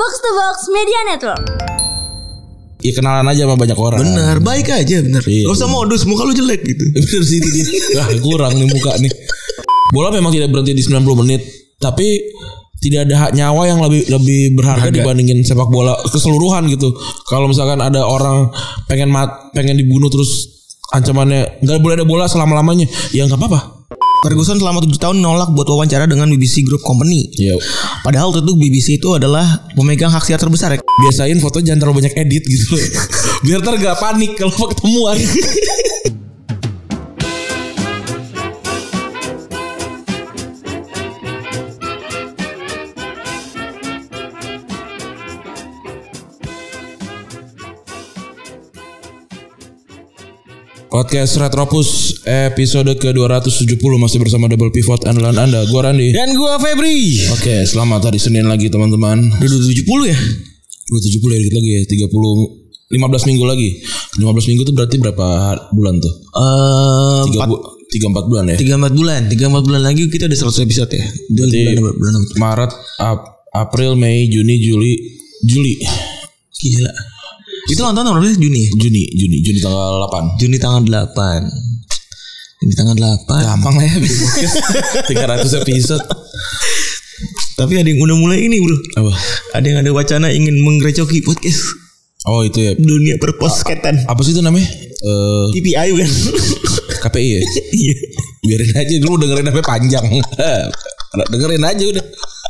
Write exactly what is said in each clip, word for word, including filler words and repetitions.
Box to Box Media Network. Ya kenalan aja sama banyak orang. Bener, baik aja bener. Iya, gak usah modus, muka lu jelek gitu. Bener sih dia. Wah kurang nih muka nih. Bola memang tidak berhenti di sembilan puluh menit, tapi tidak ada hak nyawa yang lebih lebih berharga Harga. dibandingin sepak bola keseluruhan gitu. Kalau misalkan ada orang pengen mat, pengen dibunuh terus ancamannya nggak boleh ada bola selama-lamanya, ya nggak apa-apa. Ferguson selama tujuh tahun nolak buat wawancara dengan B B C Group Company. Yo. Padahal tentu B B C itu adalah pemegang hak siar terbesar. Biasain foto jangan terlalu banyak edit gitu. Biar ntar gak panik kalau ketemuan. Podcast Retropus episode ke dua ratus tujuh puluh masih bersama Double Pivot andalan Anda. Gua Randi dan gua Febri. Oke, selamat hari Senin lagi teman-teman. Udah tujuh puluh ya? Udah tujuh puluh ya, dikit lagi ya. tiga puluh lima belas minggu lagi. lima belas minggu tuh berarti berapa bulan tuh? Eh, tiga tiga empat bulan ya. tiga empat bulan. tiga empat bulan lagi kita udah seratus episode ya. Jadi bulan, bulan, bulan Maret, Ap, April, Mei, Juni, Juli, Juli. Gila. Itu nonton berapa Juni? Juni, Juni, Juni tanggal delapan. Juni tanggal delapan. Juni tanggal delapan. Gampang lah ya bikin podcast tiga ratus episode. Tapi ada yang udah mulai ini, Bro. Apa? Ada yang ada wacana ingin menggerecoki podcast. Oh, itu ya. Dunia perpodcastan. Apa sih itu namanya? Eh, T P I kan. K P I ya? Iya. Biarin aja dulu, dengerin sampai panjang. Dengerin aja udah.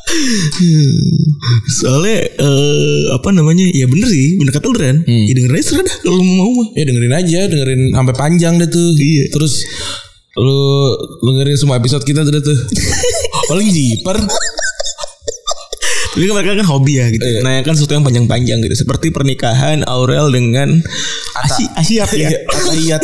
Soalnya uh, apa namanya, ya bener sih, bener kata lu Ren. hmm. Ya dengerin aja serah dah kalau mau mah. Ya dengerin aja, dengerin sampai panjang deh tuh. Iya. Terus lu dengerin semua episode kita tuh tuh. Paling jiper. Tapi kan mereka kan hobi ya gitu. Iya. Nah kan sesuatu yang panjang-panjang gitu. Seperti pernikahan Aurel dengan Asi Asiap ya. Atahiyat.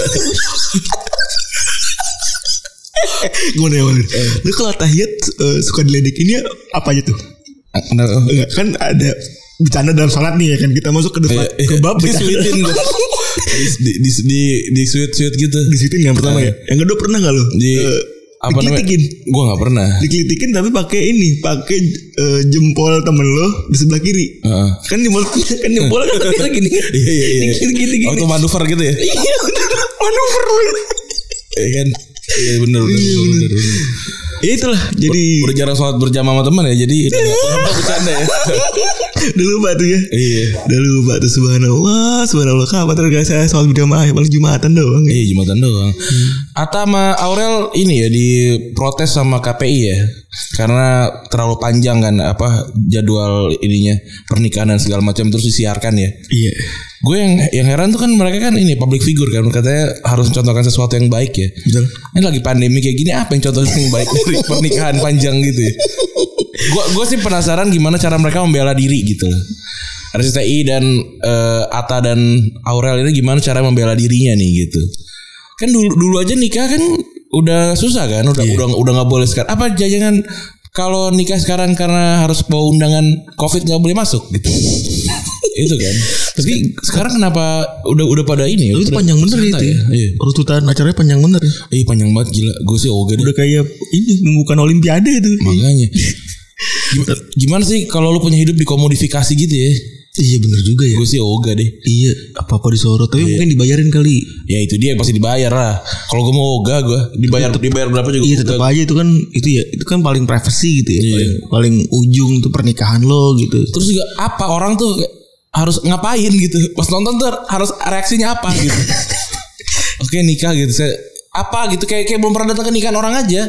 Gue nanya lu, lu kalau tahiyat uh, suka diledekinnya apa aja tuh? Enggak, kan ada bercanda dalam salat nih ya kan, kita masuk ke depan eh, ke bab disuitin gue. di di di di sweet sweet gitu. Disuitin yang pertama uh, ya. Yang kedua pernah enggak lu? Di uh, apa namanya? Gue enggak pernah. Dikelitikin tapi pakai ini, pakai uh, jempol temen lo di sebelah kiri. Uh. Kan jempol kan jempol kan lagi gini. Iya iya iya. Gini-gini. Auto manuver gitu ya. Iya, manuver lu. Iya kan? Iya bener bener, iya, bener, bener, bener. Ya itulah. Jadi udah jarang sholat berjamaah sama teman ya. Jadi apa bercanda ya. Udah lupa tuh ya. Iya. Udah lupa tuh, subhanallah. Subhanallah. Kapan terus saya sholat berjamaah paling Jumatan doang. Iya Jumatan doang. hmm. Atta sama Aurel ini ya diprotes sama K P I ya. Karena terlalu panjang kan apa jadwal ininya, pernikahan dan segala macam, terus disiarkan ya. Iya. Gue yang yang heran tuh kan mereka kan ini public figure kan, katanya harus mencontohkan sesuatu yang baik ya. Betul. Ini lagi pandemi kayak gini, apa yang contoh yang baik dari pernikahan panjang gitu ya. Gue gue sih penasaran gimana cara mereka membela diri gitu. R C T I dan uh, Atta dan Aurel ini gimana cara membela dirinya nih gitu. Kan dulu dulu aja nikah kan udah susah kan, udah yeah. udah udah nggak boleh sekarang. Apa jangan kalau nikah sekarang karena harus bawa undangan COVID nggak boleh masuk gitu. Itu kan. Tapi sekarang kenapa udah udah pada ini ya? Itu panjang bener itu ya. Iya. Rututan acaranya panjang bener ya. Iya panjang banget gila. Gue sih oke deh. Udah kayak ini bukan olimpiade itu. Makanya. Gimana, gimana sih kalau lu punya hidup dikomodifikasi gitu ya? Iya bener juga ya. Gue sih oga deh. Iya, apa-apa disorot. Tapi iya. mungkin dibayarin kali. Ya itu dia pasti dibayar lah. Kalau gue mau oga gue dibayar tetep, dibayar berapa juga. Iya tetap aja itu kan itu ya itu kan paling privacy gitu ya. Iya. Paling, paling ujung tuh pernikahan lo gitu. Terus juga apa orang tuh harus ngapain gitu. Pas nonton tuh harus reaksinya apa gitu. Oke nikah gitu. Saya apa gitu kayak kayak belum pernah datang ke nikahan orang aja.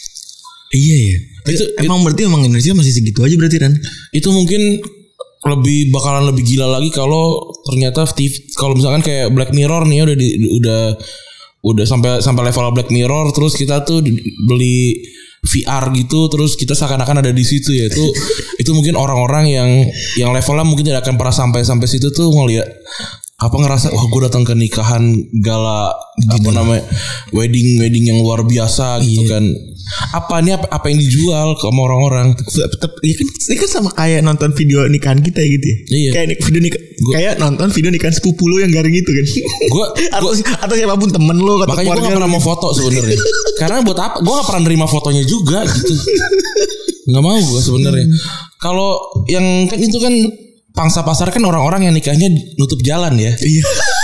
Iya ya. Itu emang it, berarti emang Indonesia masih segitu aja berarti kan? Itu mungkin lebih bakalan lebih gila lagi kalau ternyata T V, kalau misalkan kayak Black Mirror nih udah di, udah udah sampai sampai level Black Mirror, terus kita tuh beli V R gitu, terus kita seakan-akan ada di situ ya. Itu itu mungkin orang-orang yang yang levelnya mungkin tidak akan pernah sampai sampai situ tuh ngeliat apa ngerasa wah gue datang ke nikahan gala Gini. apa namanya wedding wedding yang luar biasa gitu iya. kan. Apa nih apa, apa yang dijual ke orang-orang? Tetap ya kan ini kan sama kayak nonton video nikahan kita gitu ya. Iya. Kayak video nikah gua, kayak nonton video nikahan sepupu lo yang garing gitu kan. Gua atau, atau siapapun temen lo atau makanya gue gak pernah mau foto sebenarnya. Karena buat apa? Gue gak pernah nerima fotonya juga gitu. Nggak mau gue sebenarnya. Hmm. Kalau yang kan itu kan pangsa pasar kan orang-orang yang nikahnya nutup jalan ya. Iya.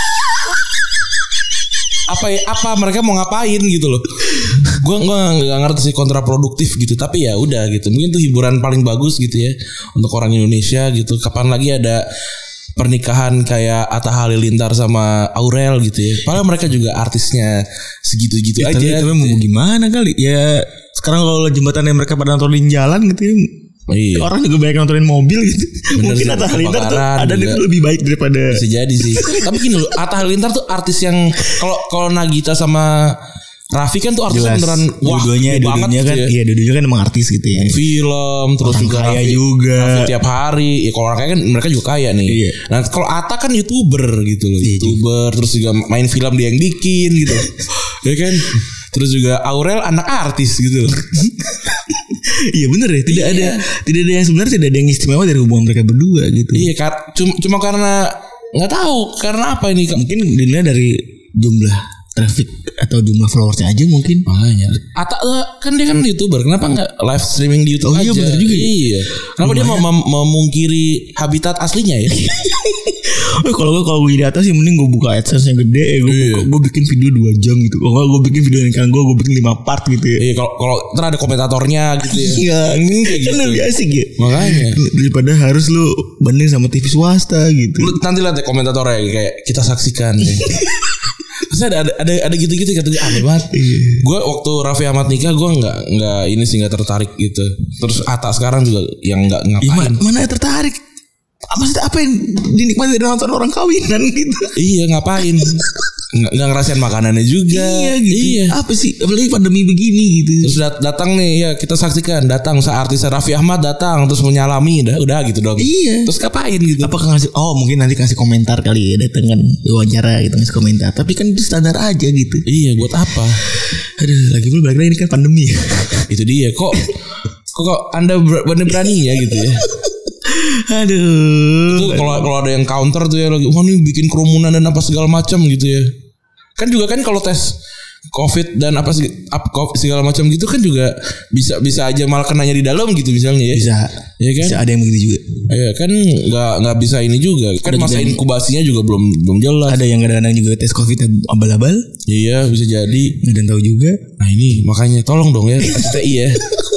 apa ya, apa mereka mau ngapain gitu loh. Gue gue nggak ngerti sih, kontraproduktif gitu. Tapi ya udah gitu. Mungkin itu hiburan paling bagus gitu ya untuk orang Indonesia gitu. Kapan lagi ada pernikahan kayak Atta Halilintar sama Aurel gitu ya. Padahal mereka juga artisnya segitu-gitu ya, aja. Tapi, tapi mau gimana kali? Ya sekarang kalau jembatannya mereka pada nontonin jalan gitu ya. Iya. Orang juga banyak nontonin mobil gitu. Bener, mungkin Atta Halilintar tuh ada di lebih baik daripada. Bisa jadi sih. Tapi gini loh, Atta Halilintar tuh artis yang kalau kalau Nagita sama Raffi kan tuh artisnya beneran wah dua-duanya, dua-duanya kan ya. Iya dua-duanya kan emang artis gitu ya. Film terus orang juga kaya Raffi, juga Raffi tiap hari. Ya kalau orang kaya kan mereka juga kaya nih. Iya. Nah kalau Atta kan YouTuber gitu loh. Iya, YouTuber juga. Terus juga main film dia yang bikin gitu. Ya kan. Terus juga Aurel anak artis gitu loh. Iya bener ya. Tidak iya. ada tidak ada yang sebenarnya tidak ada yang istimewa dari hubungan mereka berdua gitu. Iya cuma, cuma karena nggak tahu karena apa ini. Mungkin dinilai dari jumlah traffic atau jumlah followersnya aja mungkin. Makanya Atta kan dia kan YouTuber, kenapa nggak live streaming di YouTube oh, aja? Iya benar juga. Iya. Kenapa dia mau mem- memungkiri habitat aslinya ya? Oh, kalau gue kalau gue di atas sih mending gue buka AdSense yang gede, ya gue iya. gue bikin video dua jam gitu. Kalau gue bikin video yang kan gue gue bikin lima part gitu ya. Iya kalau kalau ntar ada komentatornya gitu ya. Iya, ini kayak gitu. Kan lebih asik ya. Makanya daripada harus lu banding sama T V swasta gitu. Lu nanti lihat deh komentatornya kayak kita saksikan ya. Terus ada ada ada, ada gitu-gitu katanya aneh banget. Iya. Gue waktu Raffi Ahmad nikah gue nggak nggak ini sih nggak tertarik gitu. Terus Atta sekarang juga yang nggak ngapain. Ya, mana yang tertarik? Maksudnya apa yang dinikmati dari nonton orang kawinan gitu? Iya ngapain? Nggak, nggak ngerasain makanannya juga. Iya gitu. Iya. Apa sih? Apalagi pandemi begini gitu. Terus dat- datang nih ya kita saksikan datang seartis Raffi Ahmad datang terus menyalami dah udah gitu dong. Iya. Terus ngapain gitu? Apakah ngasih? Oh mungkin nanti kasih komentar kali ya datang kan wawancara gitu ngasih komentar. Tapi kan itu standar aja gitu. Iya buat apa? Aduh lagi pula balik lagi ini kan pandemi. Itu dia kok kok, kok anda berani-berani ya gitu ya. Aduh. Itu kalau kalau ada yang counter tuh ya lagi wah nih bikin kerumunan dan apa segala macam gitu ya. Kan juga kan kalau tes COVID dan apa segala macam gitu kan juga bisa bisa aja malah kenanya di dalam gitu misalnya ya. Bisa. Ya kan? Bisa ada yang begitu juga. Iya kan nggak nggak bisa ini juga. Kan ada masa juga inkubasinya juga belum belum jelas. Ada yang kadang-kadang juga tes COVID abal-abal. Iya bisa jadi. Nggak ada yang tahu juga. Nah ini makanya tolong dong ya S T I ya.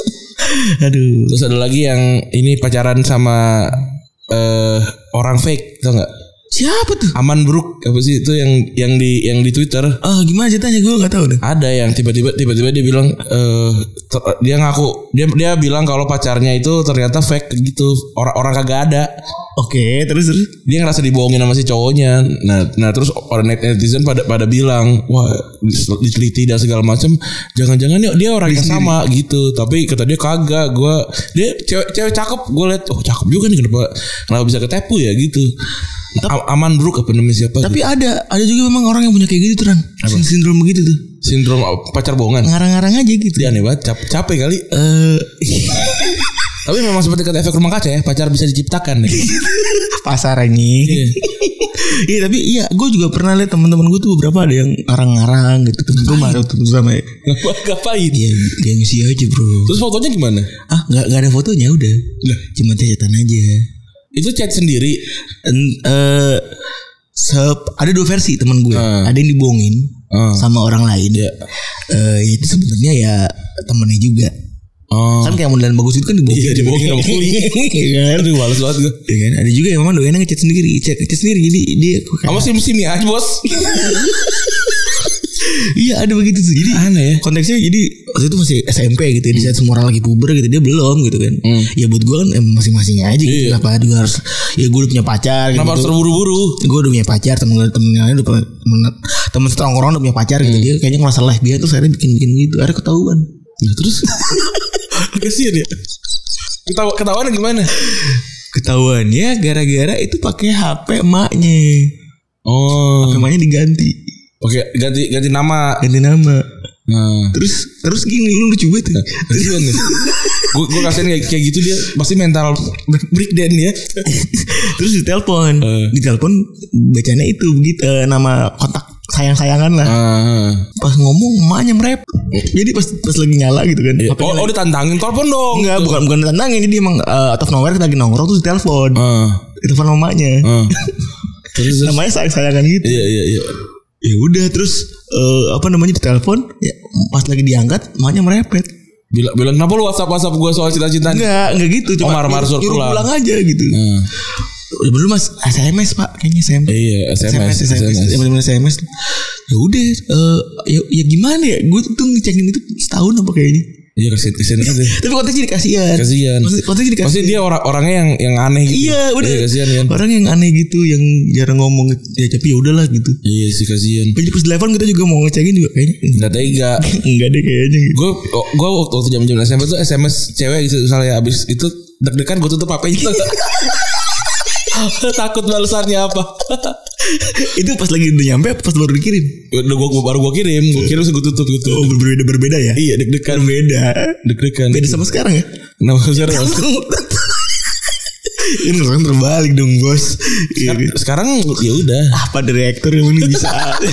Aduh. Terus ada lagi yang ini pacaran sama uh, orang fake, tau nggak? Siapa tuh? Aman Brook apa sih itu yang yang di yang di Twitter? Oh gimana ceritanya gue nggak tahu deh. Ada yang tiba-tiba tiba-tiba dia bilang uh, ter- dia ngaku dia dia bilang kalau pacarnya itu ternyata fake gitu orang-orang kagak ada. Oke terus terus dia ngerasa dibohongin sama si cowoknya. Nah nah terus orang netizen pada pada bilang wah diteliti dan segala macam jangan-jangan dia, dia orang yang sama gitu. Tapi kata dia kagak gue dia cewek cewek cakep gue liat oh cakep juga nih kenapa kenapa bisa ketipu ya gitu. Aman Brook apa namanya siapa? Tapi gitu. ada ada juga memang orang yang punya kayak gitu kan. Sindrom begitu tuh. Sindrom pacar bohongan. Ngarang-ngarang aja gitu. Dia aneh banget, cap- capek kali. Uh, Tapi memang seperti kata efek rumah kaca ya, pacar bisa diciptakan ya. Pasar ini. Iya. Iya tapi iya, gue juga pernah lihat teman-teman gue tuh beberapa ada yang ngarang-ngarang gitu temen rumah tuh sama ya. Ngapain? Iya, gengsi aja bro. Terus fotonya gimana? Ah, nggak nggak ada fotonya udah. Lah, cuma catatan aja. Itu chat sendiri. En, uh, sep, ada dua versi teman gue. Uh. Ada yang dibohongin uh. sama orang lain. Yeah. Uh, itu sebenarnya ya temennya juga. Oh. Kan kayak modelan bagus itu kan dibohongin. Iya dibohongin sama kuli. Iya kan. Aduh males banget gue. Iya kan. Ada juga yang memang doyannya ngechat sendiri. Chat ngechat sendiri. Jadi dia kamu sim-sim ya bos. Iya ada begitu tuh. Jadi aneh ya. Konteksnya jadi waktu itu masih S M P gitu ya. Di saat semua orang lagi puber gitu. Dia belum gitu kan. Hmm. Ya buat gue kan masing-masing aja gitu. Iya. Kenapa dia harus. Ya gue udah punya pacar gitu. Kenapa harus terburu-buru. Gue udah punya pacar. Temen-temen lain udah temen, temen setongkrongan udah punya pacar gitu. Hmm. Dia kayaknya ngerasa lesbian. Terus akhirnya bikin-bikin gitu. Akhirnya ketahuan. Ya terus. Kasian ya. Ketawa, ketahuan gimana? Ketahuannya gara-gara itu pakai H P emaknya. Oh. H P emaknya diganti. Oke, ganti ganti nama. Ganti nama. Nah. Terus terus gini lu lucu banget. Kasian nih. Gue gue kasian kayak, kayak gitu dia pasti mental breakdown ya. Terus ditelepon, uh. ditelepon bacanya itu begitu uh, nama kontak H sayang-sayangan lah. Uh. Pas ngomong emaknya merep. Jadi pas pas lagi nyala gitu kan. Yeah. Oh, oh ditantangin telepon dong. Enggak, bukan bukan ditantangin. Jadi emang uh, out of nowhere kita lagi nongkrong tuh ditelepon. Uh. Telepon emaknya. Uh. Terus namanya sayang-sayangan gitu. Iya iya iya. Ya udah terus uh, apa namanya ditelepon, ya pas lagi diangkat emaknya merepet. Bilang bilang kenapa lu WhatsApp WhatsApp gue soal cita-cita? Enggak, enggak gitu. Cuma oh, marah-marah suruh pulang. pulang aja gitu. Hmm. Bener mas S M S pak, kayaknya S M S. Iya S M S. S M S. Bener-bener S M S. Ya udah, uh, ya, ya gimana ya? Gue tuh ngecekin itu setahun apa kayaknya. Iya kasih kasihan aja. Tapi konteksnya dikasihan. Kasihan. Konteksnya dikasihan. Pasti dia orang orangnya yang yang aneh gitu. Iya udah. Iya, kasihan kan. Orang yang aneh gitu, yang jarang ngomong. Ya tapi ya udahlah gitu. Iya sih kasihan. Jadi pas telepon kita juga mau ngecekin juga kayaknya. Enggak tega. Enggak deh kayaknya. Gue gitu. gue waktu jam-jam S M P tuh S M S cewek gitu misalnya abis itu deg-degan gue tutup H P-nya. Takut balasannya apa. Itu pas lagi udah nyampe pas baru dikirim. Udah gua baru gua kirim, gua kirim gua tutup gitu. Oh, berbeda berbeda ya? Iya, deg-degan beda. Deg-degan. Beda sama sekarang ya? Nah, sekarang. Ini orang terbalik dong, Bos. Sekarang, sekarang ya udah. Apa direktur yang ini bisa.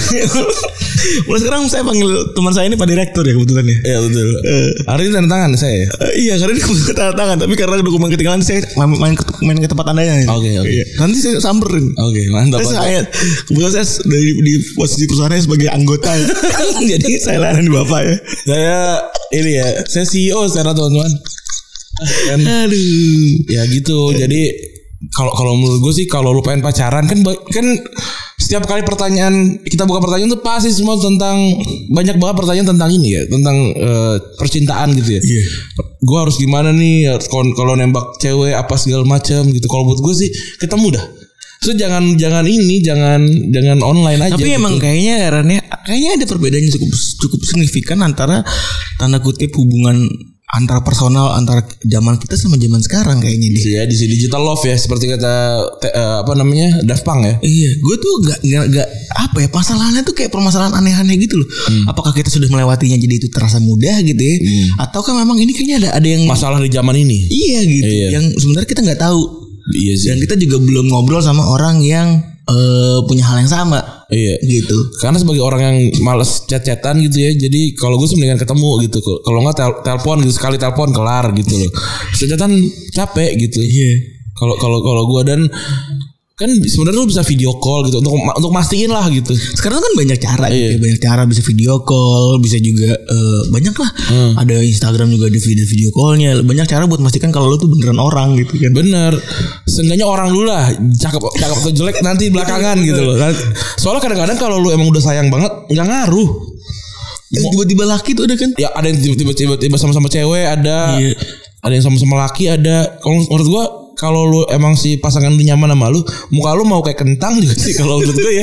Mulai sekarang saya panggil teman saya ini Pak Direktur ya kebetulan ya. Iya betul. Uh, hari ini tanda tangan saya. Uh, iya, hari ini kebetulan tanda tangan, tapi karena dokumen ketinggalan saya main main ke, main ke tempat Andanya. Oke, okay, oke. Okay. Iya. Nanti saya samperin. Oke, okay, mantap. Saya kebetulan saya dari di posisi perusahaannya sebagai anggota. Jadi saya layanan di Bapak ya. Saya ini ya, saya C E O sekarang teman-teman. Kan, aduh ya gitu. Jadi kalau kalau menurut gue sih kalau lu pengen pacaran kan kan setiap kali pertanyaan kita buka pertanyaan tuh pasti semua tentang banyak banget pertanyaan tentang ini ya tentang uh, percintaan gitu ya. Yeah. Gue harus gimana nih kalau nembak cewek apa segala macam gitu. Kalau buat gue sih ketemu dah. So jangan jangan ini jangan jangan online aja. Tapi gitu. Emang kayaknya karena kayaknya ada perbedaan yang cukup cukup signifikan antara tanda kutip hubungan antara personal antara zaman kita sama zaman sekarang kayaknya dia. Iya di digital love ya seperti kata te, uh, apa namanya Daft Punk ya. Iya, gue tuh gak, gak, gak apa ya masalahnya tuh kayak permasalahan aneh-aneh gitu loh. Hmm. Apakah kita sudah melewatinya jadi itu terasa mudah gitu ya? Hmm. Ataukah memang ini kayaknya ada ada yang masalah di zaman ini? Iya gitu. Iya. Yang sebenarnya kita nggak tahu. Iya sih. Dan kita juga belum ngobrol sama orang yang uh, punya hal yang sama. Iya gitu. Karena sebagai orang yang males chat-chatan gitu ya. Jadi kalau gue sih mendingan ketemu gitu. Kalau nggak tel- telepon gitu sekali telepon kelar gitu loh. Chat-chatan capek gitu. Iya. Kalau kalau kalau gue dan kan sebenarnya lu bisa video call gitu untuk untuk mastiin lah gitu. Sekarang kan banyak cara iya. gitu, banyak cara bisa video call, bisa juga uh, banyak lah. Hmm. Ada Instagram juga di video video callnya. Banyak cara buat memastikan kalau lu tuh beneran orang gitu kan. Bener. Seenggaknya orang dulu lah. Cakep cakep atau jelek nanti belakangan gitu loh. Soalnya kadang-kadang kalau lu emang udah sayang banget nggak ngaruh. Yang tiba-tiba laki tuh ada kan? Ya ada yang tiba-tiba tiba-tiba sama-sama cewek ada. Iya. Ada yang sama-sama laki ada. Kalau menurut gua kalau lu emang si pasangan lu nyaman sama lu, muka lu mau kayak kentang juga sih kalau menurut gue ya.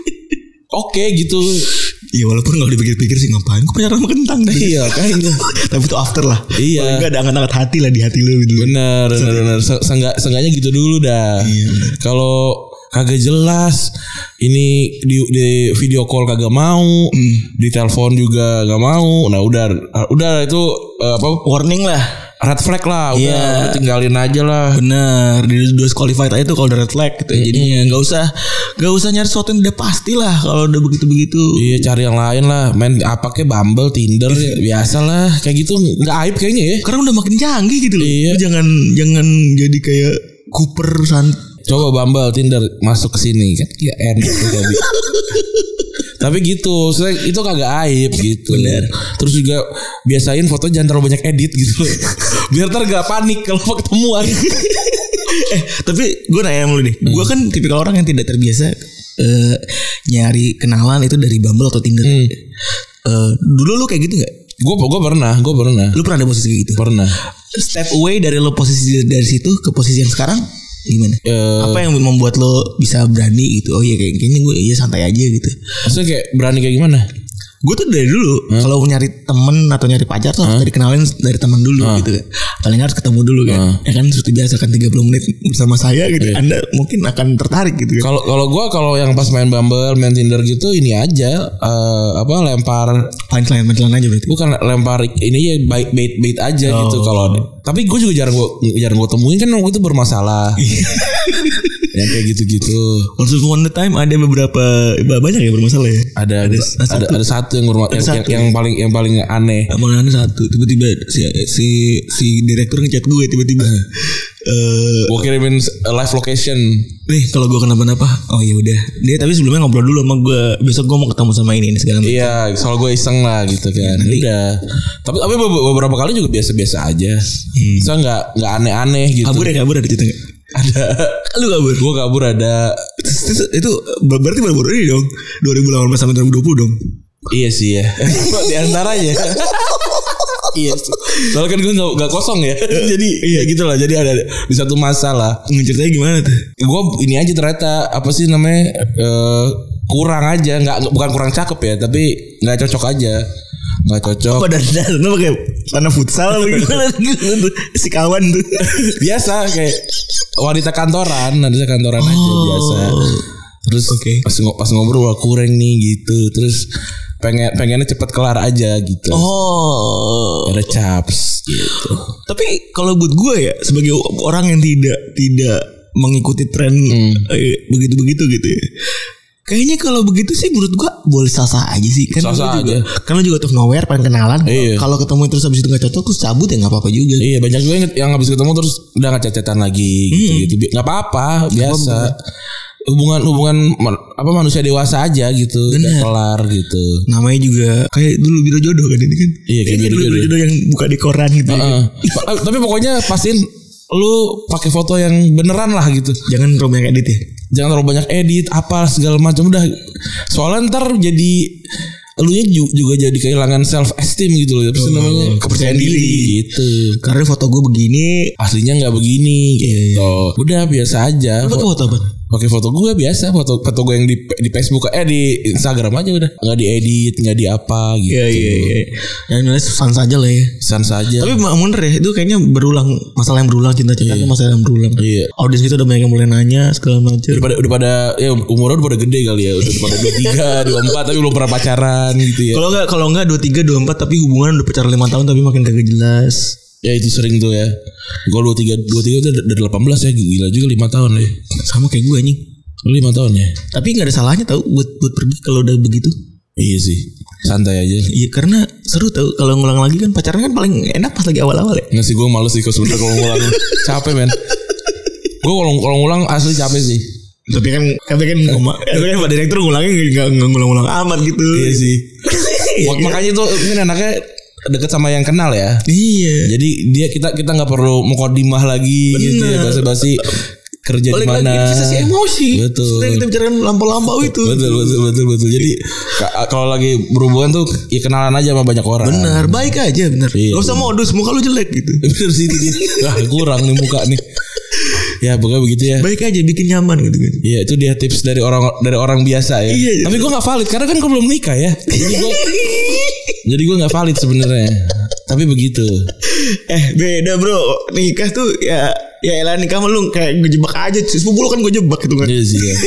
Oke okay, gitu. Iya walaupun kalau dipikir-pikir sih ngapain gue pacaran sama kentang deh. Iya kayaknya. Tapi itu after lah. Iya. Enggak ada angkat-angkat hati lah di hati lu gitu. Benar, benar, benar. Seenggak seenggaknya gitu dulu dah. Iya. Kalau kagak jelas ini di, di video call kagak mau, hmm. di telepon juga gak mau. Nah udah udah itu uh, apa warning lah. Red flag lah, udah yeah. tinggalin aja lah. Bener, di disqualified aja tuh kalau udah red flag gitu. Mm-hmm. Jadinya nggak usah, nggak usah nyari sesuatu yang udah pasti lah kalau udah begitu begitu. Iya, cari yang lain lah. Main apa kayak Bumble, Tinder, ya, biasa lah. Kayak gitu nggak aib kayaknya ya. Karena udah makin canggih gitu loh. Iya. Jangan jangan jadi kayak Cooper san. Coba Bumble, Tinder masuk ke sini kan, ya enak jadi. Tapi gitu, itu kagak aib gitu. Bener. Terus juga biasain foto jangan terlalu banyak edit gitu. Biar ntar gak panik kalau ketemuan. eh tapi gue nanya sama lu nih. Hmm. Gue kan tipikal orang yang tidak terbiasa uh, nyari kenalan itu dari Bumble atau Tinder. Hmm. Uh, dulu lu kayak gitu gak? Gue gue pernah, gue pernah. Lu pernah ada posisi kayak gitu? Pernah. Step away dari lo posisi dari situ ke posisi yang sekarang gimana? Uh, apa yang membuat lo bisa berani gitu? Oh iya kayak kayaknya gue iya santai aja gitu. Maksudnya kayak berani kayak gimana? Gue tuh dari dulu hmm? kalau nyari temen atau nyari pacar tuh hmm? dari kenalin dari temen dulu hmm? gitu. Paling harus ketemu dulu kan. Hmm? Ya kan seperti biasa kan tiga puluh menit bersama saya gitu. Yeah. Anda mungkin akan tertarik gitu kan. Kalau kalau gue kalau yang pas main Bumble, main Tinder gitu ini aja uh, apa lempar punchline punchline aja berarti. Bukan lempar ini ya bait bait bait aja oh. gitu kalau. Tapi gue juga jarang gue jarang gue temuin kan waktu itu bermasalah. Yang kayak gitu-gitu. Once upon a time ada beberapa banyak ya bermasalah ya. Ada ada ada satu, ada satu yang bermasalah yang, yang, yang paling yang paling aneh. Paling aneh satu tiba-tiba si si si direktur ngechat gue tiba-tiba. Eh uh, gue kirimin live location. Nih kalau gue kenapa-napa, oh ya udah. Dia tapi sebelumnya ngobrol dulu sama gue. Besok gue mau ketemu sama ini ini segala macam. Iya, soal gue iseng lah gitu kan. Ya, udah. Tapi tapi beberapa kali juga biasa-biasa aja. Hmm. So nggak nggak aneh-aneh gitu. Kabur ya kabur ada cerita nggak? Ada. Lu kabur? Gue kabur ada. Itu, itu berarti baru-baru ini dong. dua ribu delapan belas sampai dua ribu dua puluh dong. Iya sih ya. Di antaranya. Iya. Soalnya kan gue gak, gak kosong ya. Jadi iya gitu lah. Jadi ada di satu masalah. Ceritanya gimana tuh? Gue ini aja ternyata apa sih namanya uh, kurang aja. Nggak bukan kurang cakep ya. Tapi nggak cocok aja. Nggak cocok. Apa dan dan lu pakai tanah futsal gimana si kawan tuh? Biasa kayak wanita kantoran, wanita kantoran oh. aja biasa. Terus okay. pas, pas ngobrol kurang nih gitu. Terus pengen pengennya cepet kelar aja gitu. Oh, ada caps gitu. Tapi kalau buat gue ya sebagai orang yang tidak tidak mengikuti tren hmm. eh, begitu-begitu gitu ya. Kayaknya kalau begitu sih menurut gue boleh sah-sah aja sih. Kan sah-sah juga, aja. Kan lu juga tuh nowhere pengen kenalan. Iya. Kalau ketemu terus habis itu gak cocok terus cabut ya gak apa-apa juga. Iya banyak juga yang habis ketemu terus udah gak cecetan lagi gitu, hmm. gitu. Gak apa-apa biasa. Hubungan hubungan apa manusia dewasa aja gitu. Udah kelar gitu. Namanya juga kayak dulu biro jodoh kan ini kan. Iya kayak biro jodoh. jodoh yang buka di koran gitu. Uh-uh. ya. Tapi pokoknya pastiin lu pakai foto yang beneran lah gitu. Jangan terlalu banyak edit ya. Jangan terlalu banyak edit apa segala macam udah. Soalnya ntar jadi elunya juga jadi kehilangan self esteem gitu loh. Terus oh, namanya kepercayaan diri gitu. Karena foto gue begini, aslinya enggak begini gitu. Yeah. Udah biasa aja. Lu pakai foto apa? Pakai foto gue biasa, foto foto gue yang di di Facebook eh di Instagram aja udah. Enggak diedit, enggak di apa gitu. Iya iya iya. Yang nulis sans saja lah ya. Sans saja. Tapi bener ya, itu kayaknya berulang, masalah yang berulang, cinta-cinta itu masalah yang berulang. Iya. Audiens kita udah banyak yang mulai nanya segala macam. Udah pada udah pada ya umurnya udah pada gede kali ya. Udah pada dua puluh tiga, dua puluh empat tapi belum pernah pacaran gitu ya. Kalau enggak kalau enggak dua puluh tiga, dua puluh empat tapi hubungan udah pacaran lima tahun tapi makin kagak jelas. Ya itu sering tuh ya. Gue dua puluh tiga dua puluh tiga udah dari delapan belas ya, gila juga lima tahun ya. Sama kayak gue anjing. lima tahun ya. Tapi enggak ada salahnya tau buat buat pergi kalau udah begitu. Iya sih. Santai aja. Iya karena seru tau kalau ngulang lagi kan pacaran kan paling enak pas lagi awal-awal ya. Enggak sih, gue males sih kalau sebentar kalau ngulang. Capek men. Gue kalau kalau ngulang asli capek sih. Tapi kan tapi kan tapi kan Pak Direktur ngulangnya enggak ngulang-ngulang amat gitu. Iya sih. Makanya tuh ini anaknya deket sama yang kenal ya. Iya. Jadi dia kita kita nggak perlu mukodimah lagi. Bener. Gitu ya, basa-basi kerja di mana. Investasi emosi. Betul. Kita bicarakan lampau-lampau itu. Betul betul betul betul. Jadi kalau lagi berhubungan tuh ya kenalan aja sama banyak orang. Benar, baik aja benar. Iya, gak usah modus, muka lu jelek gitu. Bener sih itu. Wah, kurang nih muka nih. Ya pokoknya begitu ya. Baik aja, bikin nyaman gitu kan. Iya itu dia tips dari orang dari orang biasa ya. Iya, tapi gue nggak valid karena kan gue belum nikah ya. Jadi gue jadi gue nggak valid sebenarnya. Tapi begitu. Eh beda bro, nikah tuh ya ya elah nikah mah lu kayak ngejebak aja. Sepupu lu kan gue jebak gitu kan. Iya sih ya.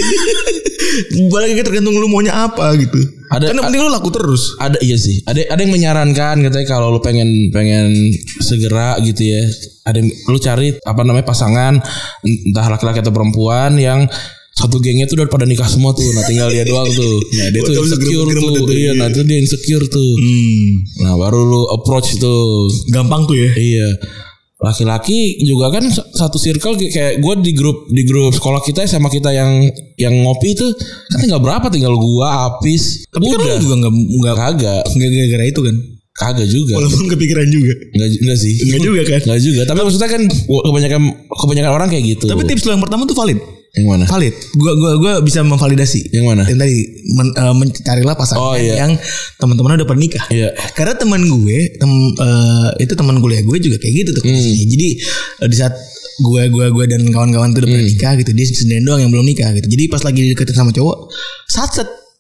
Balik lagi tergantung lu maunya apa gitu. Ada, kan yang penting lu laku terus. Ada iya sih. Ada ada yang menyarankan katanya kalau lu pengen pengen segera gitu ya. Ada yang, lu cari apa namanya pasangan entah laki-laki atau perempuan yang satu gengnya tuh udah pada nikah semua tuh. Nah tinggal dia doang tuh. Nah dia tuh insecure tuh. Iya, nah itu dia insecure tuh. Hmm. Nah baru lu approach tuh. Gampang tuh ya. Iya. Laki-laki juga kan satu circle kayak gue di grup di grup sekolah kita sama kita yang yang ngopi itu kan tinggal berapa, tinggal gue Apis. Tapi udah. Kan lu juga nggak nggak kagak nggak gara-gara itu kan. Kagak juga. Walaupun kepikiran juga. Enggak enggak sih. Enggak juga kan. Enggak juga. Tapi maksudnya kan kebanyakan kebanyakan orang kayak gitu. Tapi tips lu yang pertama tuh valid. Yang mana? Valid. Gua gua gua bisa memvalidasi. Yang mana? Yang tadi men, uh, mencarilah pasangan oh, iya. yang teman-teman udah pernikah. Iya. Karena teman gue, tem, uh, itu teman kuliah gue juga kayak gitu tuh. Hmm. Jadi uh, di saat gue gue gue dan kawan-kawan tuh udah hmm. pernah nikah gitu, dia sendirian doang yang belum nikah gitu. Jadi pas lagi deketin sama cowok, satset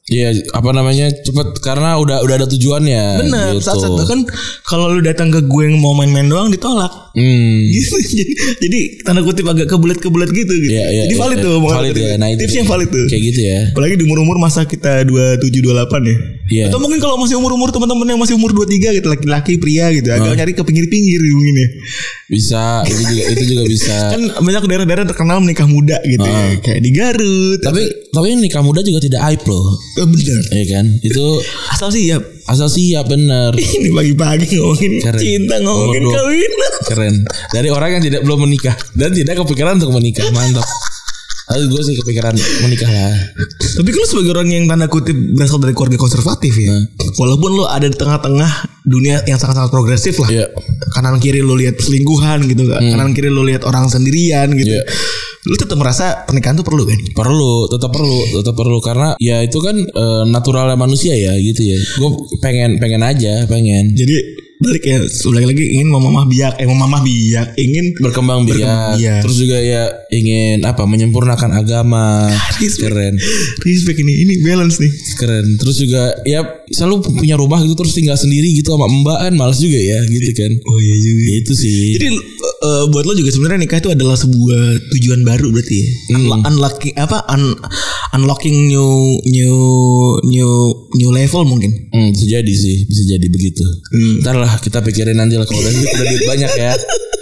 Iya, apa namanya cepet karena udah udah ada tujuannya. Bener, gitu. saat-saat bahkan kalau lu datang ke gue yang mau main-main doang ditolak. Hmm. Gitu. jadi, jadi tanda kutip agak kebulet-kebulet gitu. gitu. Iya, iya, jadi valid iya, tuh, valid ya. Nah, tipsnya valid tuh. Kayak gitu ya. Apalagi di umur-umur masa kita dua puluh tujuh dua puluh delapan ya. Iya. Atau mungkin kalau masih umur-umur teman-teman yang masih umur dua puluh tiga gitu, laki-laki pria gitu, agak hmm. nyari ke pinggir-pinggir gitu mungkin ya. Bisa, itu juga itu juga bisa. Kan banyak daerah-daerah terkenal menikah muda gitu uh. ya. Kayak di Garut. Tapi atau... tapi nikah muda juga tidak aib loh. Oh, bener. Iya kan? Itu asal siap. Asal siap bener. Ini pagi-pagi ngomongin keren. Cinta, ngomongin oh, kawin. Keren. Dari orang yang tidak belum menikah dan tidak kepikiran untuk menikah. Mantap. Tapi gue sih kepikiran menikah lah. Tapi kalau sebagai orang yang tanda kutip berasal dari keluarga konservatif ya, hmm. walaupun lo ada di tengah-tengah dunia yang sangat-sangat progresif lah, yeah. kanan kiri lo lihat selingkuhan gitu, hmm. kanan kiri lo lihat orang sendirian gitu, yeah. lo tetap merasa pernikahan tuh perlu kan? Perlu, tetap perlu, tetap perlu karena ya itu kan e, naturalnya manusia ya gitu ya. Gue pengen pengen aja, pengen. Jadi balik ya, lagi-lagi ingin memamah biak, eh memamah biak, ingin berkembang biak, biak. Terus juga ya ingin apa menyempurnakan agama. Respect. Keren. Respect ini, ini balance nih. Keren. Terus juga ya selalu punya rumah gitu terus tinggal sendiri gitu sama mbak kan males juga ya gitu kan. Oh iya juga. Itu sih. Jadi uh, buat lo juga sebenarnya nikah itu adalah sebuah tujuan baru berarti ya. Hmm. Unlocking apa? Un, unlocking new new new new level mungkin. Hmm, bisa jadi sih, bisa jadi begitu. Hmm. Ntar lah kita pikirin nanti lah kalau udah duit, udah duit banyak ya.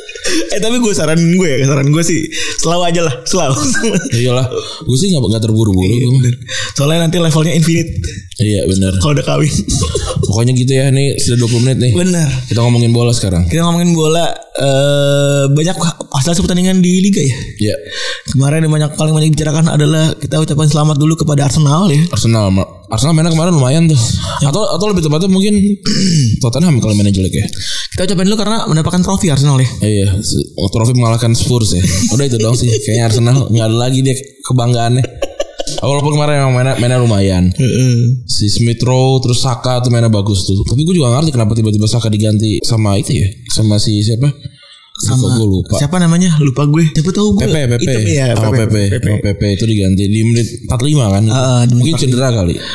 Eh tapi gue saranin gue ya, saran gue sih selalu aja lah, selalu. Iyalah, gue sih nggak nggak terburu-buru. Iya, soalnya nanti levelnya infinite. Iya benar. Kalau udah kawin. Pokoknya gitu ya, nih sudah dua puluh menit nih. Benar. Kita ngomongin bola sekarang. Kita ngomongin bola, uh, banyak hasil pertandingan di liga ya. Iya. Kemarin yang banyak paling banyak dibicarakan adalah kita ucapkan selamat dulu kepada Arsenal ya. Arsenal, Arsenal mainnya kemarin lumayan tuh. Ya. Atau atau lebih tepatnya mungkin Tottenham kalau mainnya jelek ya. Kita ucapin dulu karena mendapatkan trofi Arsenal ya. Iya, trofi mengalahkan Spurs ya. Udah itu dong sih. Kayaknya Arsenal nggak ada lagi dia kebanggaannya. Walaupun kemarin emang mainnya, mainnya lumayan. Mm-hmm. Si Smith Rowe terus Saka tuh mainnya bagus tuh. Tapi gue juga gak ngerti kenapa tiba-tiba Saka diganti sama itu ya. Sama si siapa? Sama gue lupa. Siapa namanya? Lupa gue. Siapa tahu gue. Pepe, Pepe. Itu ya, Pepe. Pepe. Pepe. Pepe itu diganti di menit empat puluh lima kan. Uh, Mungkin cedera kali. Eh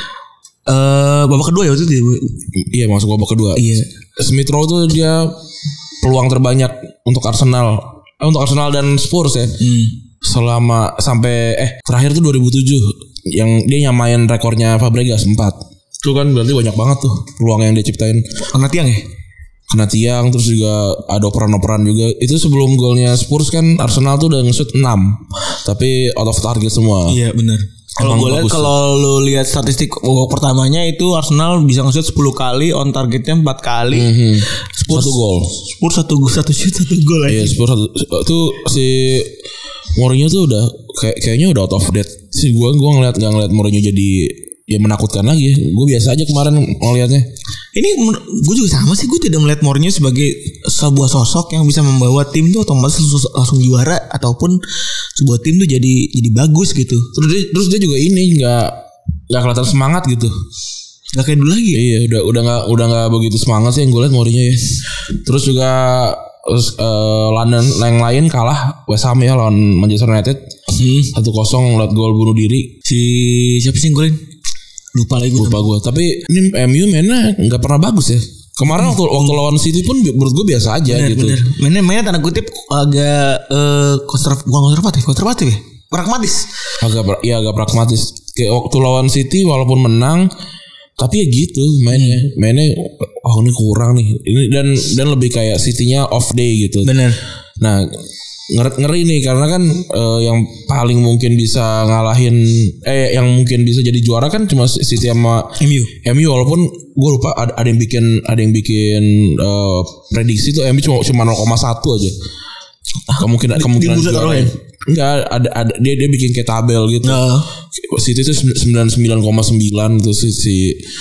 uh, babak kedua ya waktu itu. Iya, masuk babak kedua. Iya. Smith Rowe tuh dia peluang terbanyak untuk Arsenal. Eh, untuk Arsenal dan Spurs ya. Hmm. Selama sampai eh terakhir tuh dua ribu tujuh yang dia nyamain rekornya Fabregas empat. Itu kan berarti banyak banget tuh peluang yang dia ciptain. Kena tiang ya? Kena tiang terus juga ada operan-operan juga. Itu sebelum golnya Spurs kan Arsenal tuh udah nge-shoot enam. Tapi out of target semua. Iya benar. Kalau gue lihat kalau lu lihat statistik babak pertamanya itu Arsenal bisa nge-shoot sepuluh kali, on targetnya empat kali. Mm-hmm. Spurs satu gol. Spurs satu satu shoot satu gol aja. Iya, Spurs satu itu si Mourinho tuh udah kayak kayaknya udah out of date sih. Gue gue ngeliat nggak ngeliat Mourinho jadi ya menakutkan lagi. Gue biasa aja kemarin ngeliatnya. Ini gue juga sama sih, gue tidak melihat Mourinho sebagai sebuah sosok yang bisa membawa tim tuh otomatis langsung juara ataupun sebuah tim tuh jadi jadi bagus gitu. Terus dia, terus dia juga ini nggak nggak kelihatan semangat gitu. Gak kayak dulu lagi. Iya udah udah nggak udah nggak begitu semangat sih yang gue lihat Mourinho ya. Terus juga Terus uh, London yang lain kalah West Ham ya lawan Manchester United satu kosong ngeliat gol bunuh diri. Si siapa sih yang golin? Lupa lagi gue. Lupa gue. Tapi ini M U mainnya nggak pernah bagus ya. Kemarin waktu, waktu lawan City pun menurut gue biasa aja bener, gitu. Bener. Mainnya mainnya tanda kutip agak uh, konservatif, bukan konservatif, konservatif ya. Pragmatis. Agak ya agak pragmatis. Kayak waktu lawan City walaupun menang tapi ya gitu mainnya. Hmm. Mainnya oh ini kurang nih. Ini dan dan lebih kayak City-nya off day gitu. Benar. Nah, ngeri, ngeri nih karena kan uh, yang paling mungkin bisa ngalahin eh yang mungkin bisa jadi juara kan cuma City sama M U. M U walaupun gue lupa ada, ada yang bikin ada yang bikin uh, prediksi tuh M U cuma cuma nol koma satu aja. Kemungkinan kemungkinan juara. Enggak, ada ada dia dia bikin kayak tabel gitu. Uh. City itu sembilan puluh sembilan koma sembilan tuh si, si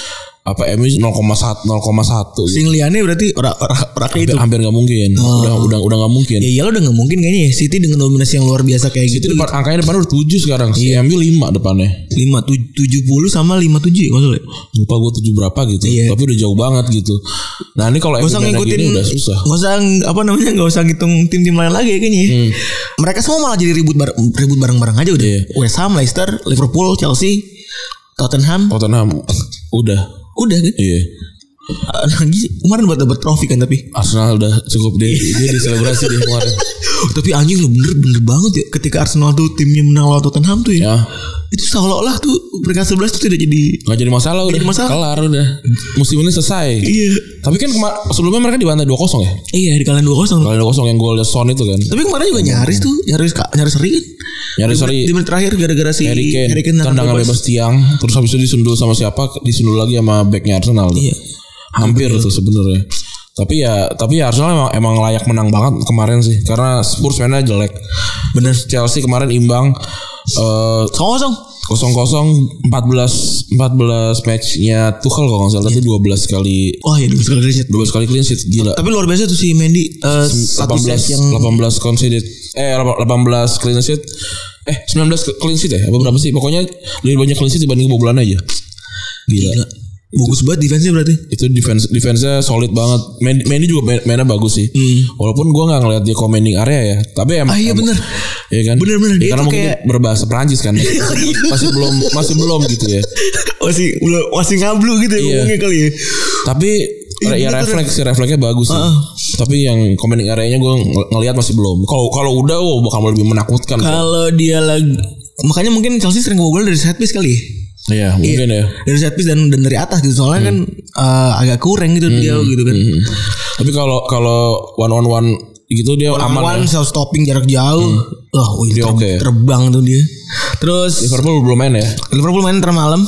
apa M U nol koma satu. Sing liane berarti ora ora ora kayak itu. Hampir enggak mungkin. Oh. Udah udah udah enggak mungkin. Ya iyalah udah enggak mungkin kayaknya ya. City dengan dominasi yang luar biasa kayak City gitu. Depan, angkanya depan udah tujuh sekarang. Si iya. M U lima depannya. lima tujuh puluh sama lima puluh tujuh maksudnya. Lupa gue tujuh berapa gitu. Iya. Tapi udah jauh banget gitu. Nah, ini kalau M U ngikutin gini udah susah. Enggak usah apa namanya enggak usah ngitung tim-tim lain lagi kayaknya. Hmm. Mereka semua malah jadi ribut bar- ribut bareng-bareng aja udah. Iya. West Ham, Leicester, Liverpool, Chelsea Tottenham. Tottenham udah. Udah kan? Iya. Lagi kemarin buat dapat trofi kan tapi Arsenal udah cukup deh. Dia diselebrasi deh kemarin. Tapi anjing lo bener-bener banget ya ketika Arsenal tuh timnya menang lawan Tottenham tuh ya. Ya. Itu seolah-olah tuh peringkat sebelas tuh tidak jadi Gak jadi masalah udah. Jadi masalah. Kelar udah. Musim ini selesai. Iya. Tapi kan kema- sebelumnya mereka dibantai dua kosong ya. Iya dikalahin dua kosong. Kalahin dua kosong yang golnya Son itu kan. Tapi kemarin juga nyaris tuh, nyaris nyaris seri kan. Nyaris seri. Di menit terakhir gara-gara si Harry Kane, Harry Kane tendangan bebas tiang, terus habis itu disundul sama siapa? Disundul lagi sama backnya Arsenal. Tuh. Iya. Hampir tuh sebenarnya. Tapi ya, tapi ya Arsenal emang, emang layak menang banget kemarin sih, karena Spurs mainnya jelek. Bener. Chelsea kemarin imbang eh Kosong. kosong kosong empat belas empat belas matchnya Tuchel kalau nggak salah, tapi dua belas kali. Wah ya dua belas kali clean sheet. dua belas kali clean sheet gila. Tapi luar biasa tuh si Mendy uh, delapan belas yang delapan belas conceded eh delapan belas clean sheet eh sembilan belas clean sheet ya apa berapa sih pokoknya lebih banyak clean sheet dibanding kebobolan aja gila, gila. Bagus banget defense-nya berarti. Itu defense defense-nya solid banget. Mendy, Mendy juga main, mainnya bagus sih. Hmm. Walaupun gue nggak ngeliat dia commanding area ya, tapi emang. Ah iya benar. Iya kan. Bener-bener. Ya, karena mungkin kayak... berbahasa Perancis kan. masih belum masih belum gitu ya. Masih belum masih ngablu gitu ya iya. Ngomongnya kali ya. Tapi iya, ya refleks sih refleksnya bagus sih. Uh-uh. Tapi yang commanding area-nya gue ng- ngelihat masih belum. Kalau kalau udah oh, bakal lebih menakutkan. Kalau dia lagi makanya mungkin Chelsea sering kebobolan dari set piece kali ya. Iya mungkin iya. ya dari set piece dan, dan dari atas gitu soalnya hmm. kan uh, agak kurang gitu hmm. dia gitu kan. Hmm. Tapi kalau kalau one on one gitu dia one aman one, ya. self stopping jarak jauh. Hmm. Wah, oh, ter- okay. terbang tuh dia. Terus Liverpool belum main ya? Liverpool main ntar malam.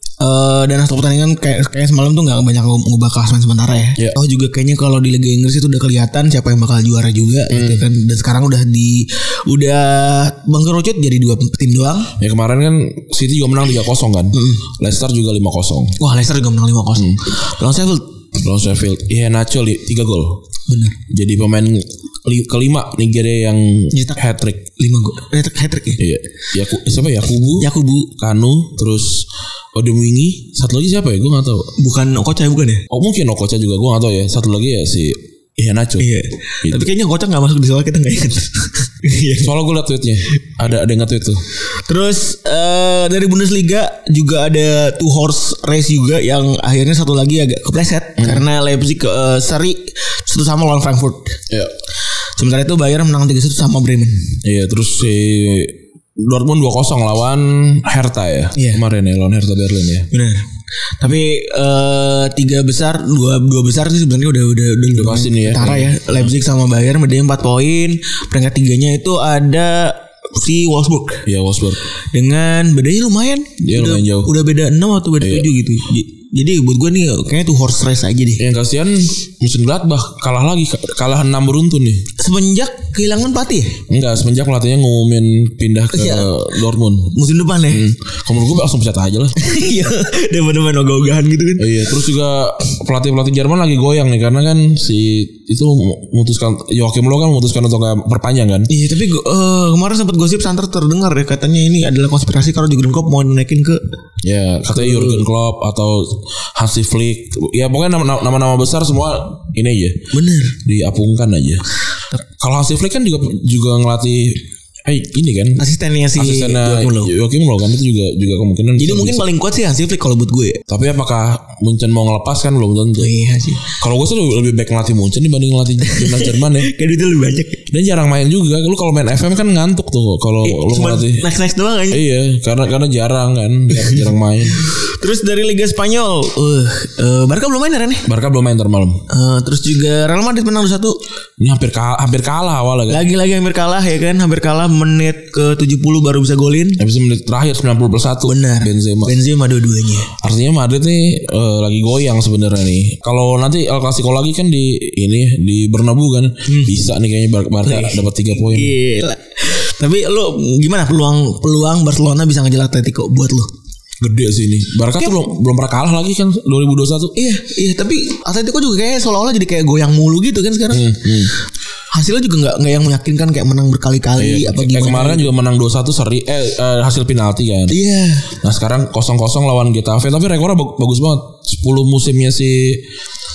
Uh, dan hasil pertandingan kayak kayak semalam tuh nggak banyak ngubah klasemen sementara ya. Yeah. Oh juga kayaknya kalau di Liga Inggris itu udah kelihatan siapa yang bakal juara juga mm. gitu kan. Dan sekarang udah di udah bangkrut jadi dua tim doang. Ya kemarin kan City juga menang tiga kosong kan. Mm. Leicester juga lima kosong. Wah Leicester juga menang lima kosong. Mm. Lawan Sheffield. Lawan Sheffield. Iya Nacho tiga gol. Benar. Jadi pemain li- kelima Nigeria yang hat trick. lima gol. Hat trick ya? Iya. Yaku, siapa ya? Yakubu. Yakubu. Kanu. Terus Odemwingie. Satu lagi siapa ya? Gue gak tahu. Bukan Okocha bukan ya? Oh mungkin Okocha juga. Gue gak tahu ya. Satu lagi ya si Iya Nacho. Iya. Gitu. Tapi kayaknya Okocha gak masuk di soal kita gak ingat. Soalnya gue liat tweetnya. Ada ada yang nge-tweet tuh. Terus uh, dari Bundesliga juga ada two horse race juga yang akhirnya satu lagi agak kepleset hmm. karena Leipzig uh, seri satu sama lawan Frankfurt. Iya. Sementara itu Bayern menang tiga satu sama Bremen. Iya, terus si Dortmund dua kosong lawan Hertha ya. Iya. Kemarin ya lawan Hertha Berlin ya. Benar. Tapi uh, tiga besar, dua dua besar sih sebenarnya udah udah udah, udah pasti nih ya. Tara ya. Leipzig sama Bayern bedanya empat poin. Peringkat tiganya itu ada si Wolfsburg. Iya, Wolfsburg. Dengan bedanya lumayan. Dia udah, lumayan jauh. Udah beda enam atau beda tujuh gitu. Jadi buat gue nih kayaknya tuh horse race aja deh. Yang kasihan Mönchengladbach kalah lagi, kalah enam beruntun nih. Semenjak kehilangan pelatih ya? Enggak, semenjak pelatihnya ngumumin pindah ke ya. Dortmund musim depan ya. Hmm. Kalau menurut gue langsung pecat aja lah. Iya, daripada main ogah-ogahan gitu kan. Iya, terus juga pelatih-pelatih Jerman lagi goyang nih karena kan si itu memutuskan Joachim Löw kan memutuskan untuk gak perpanjang kan. Iya, tapi uh, kemarin sempat gosip santer terdengar ya katanya ini adalah konspirasi kalau Jurgen Klopp mau naikin ke ya, katanya Jurgen Klopp atau Hansi Flick. Ya pokoknya nama-nama besar semua ini aja. Bener. Diapungkan aja. Kalau Hansi Flick kan juga juga ngelatih eh ini kan asistennya si asistennya Joachim Löw kan itu juga juga kemungkinan. Jadi mungkin bisa. Paling kuat sih Hansi Flick kalau buat gue. Tapi apakah Munchen mau ngelepas kan belum tentu. Oh, iya sih. Kalau gue sih lebih baik ngelatih Munchen dibanding ngelatih timnas Jerman ya. Kayak itu lebih banyak. Dan jarang main juga. Lu kalau main F M kan ngantuk tuh kalau eh, lu ngelatih. Next next doang aja. Iya, karena karena jarang kan, jarang, jarang main. Terus dari Liga Spanyol, uh, uh Barca belum main ya nih? Barca belum main ntar malam. Uh, terus juga Real Madrid menang dua satu. Ini hampir kalah, hampir kalah awalnya kan. Lagi-lagi hampir kalah ya kan, hampir kalah menit ke tujuh puluh baru bisa golin. Habis menit terakhir sembilan puluh plus satu. Benar. Benzema. Benzema dua-duanya. Artinya Madrid nih uh, lagi goyang sebenarnya nih. Kalau nanti El Clasico lagi kan di ini di Bernabeu kan. Hmm. Bisa nih kayaknya Barca dapat tiga poin. Gila. Tapi lu gimana peluang peluang Barcelona bisa ngejelat Atletico buat lu? Gede sih ini. Barca tuh belum belum pernah kalah lagi kan dua ribu dua puluh satu. Iya, iya, tapi Atletico juga kayak seolah-olah jadi kayak goyang mulu gitu kan sekarang. Hmm, hmm. Hasilnya juga enggak enggak yang meyakinkan kayak menang berkali-kali iya, apa gimana. Kemarin juga menang dua satu seri eh uh, hasil penalti kan. Iya. Nah, sekarang kosong kosong lawan Getafe tapi rekornya bagus banget. sepuluh musimnya si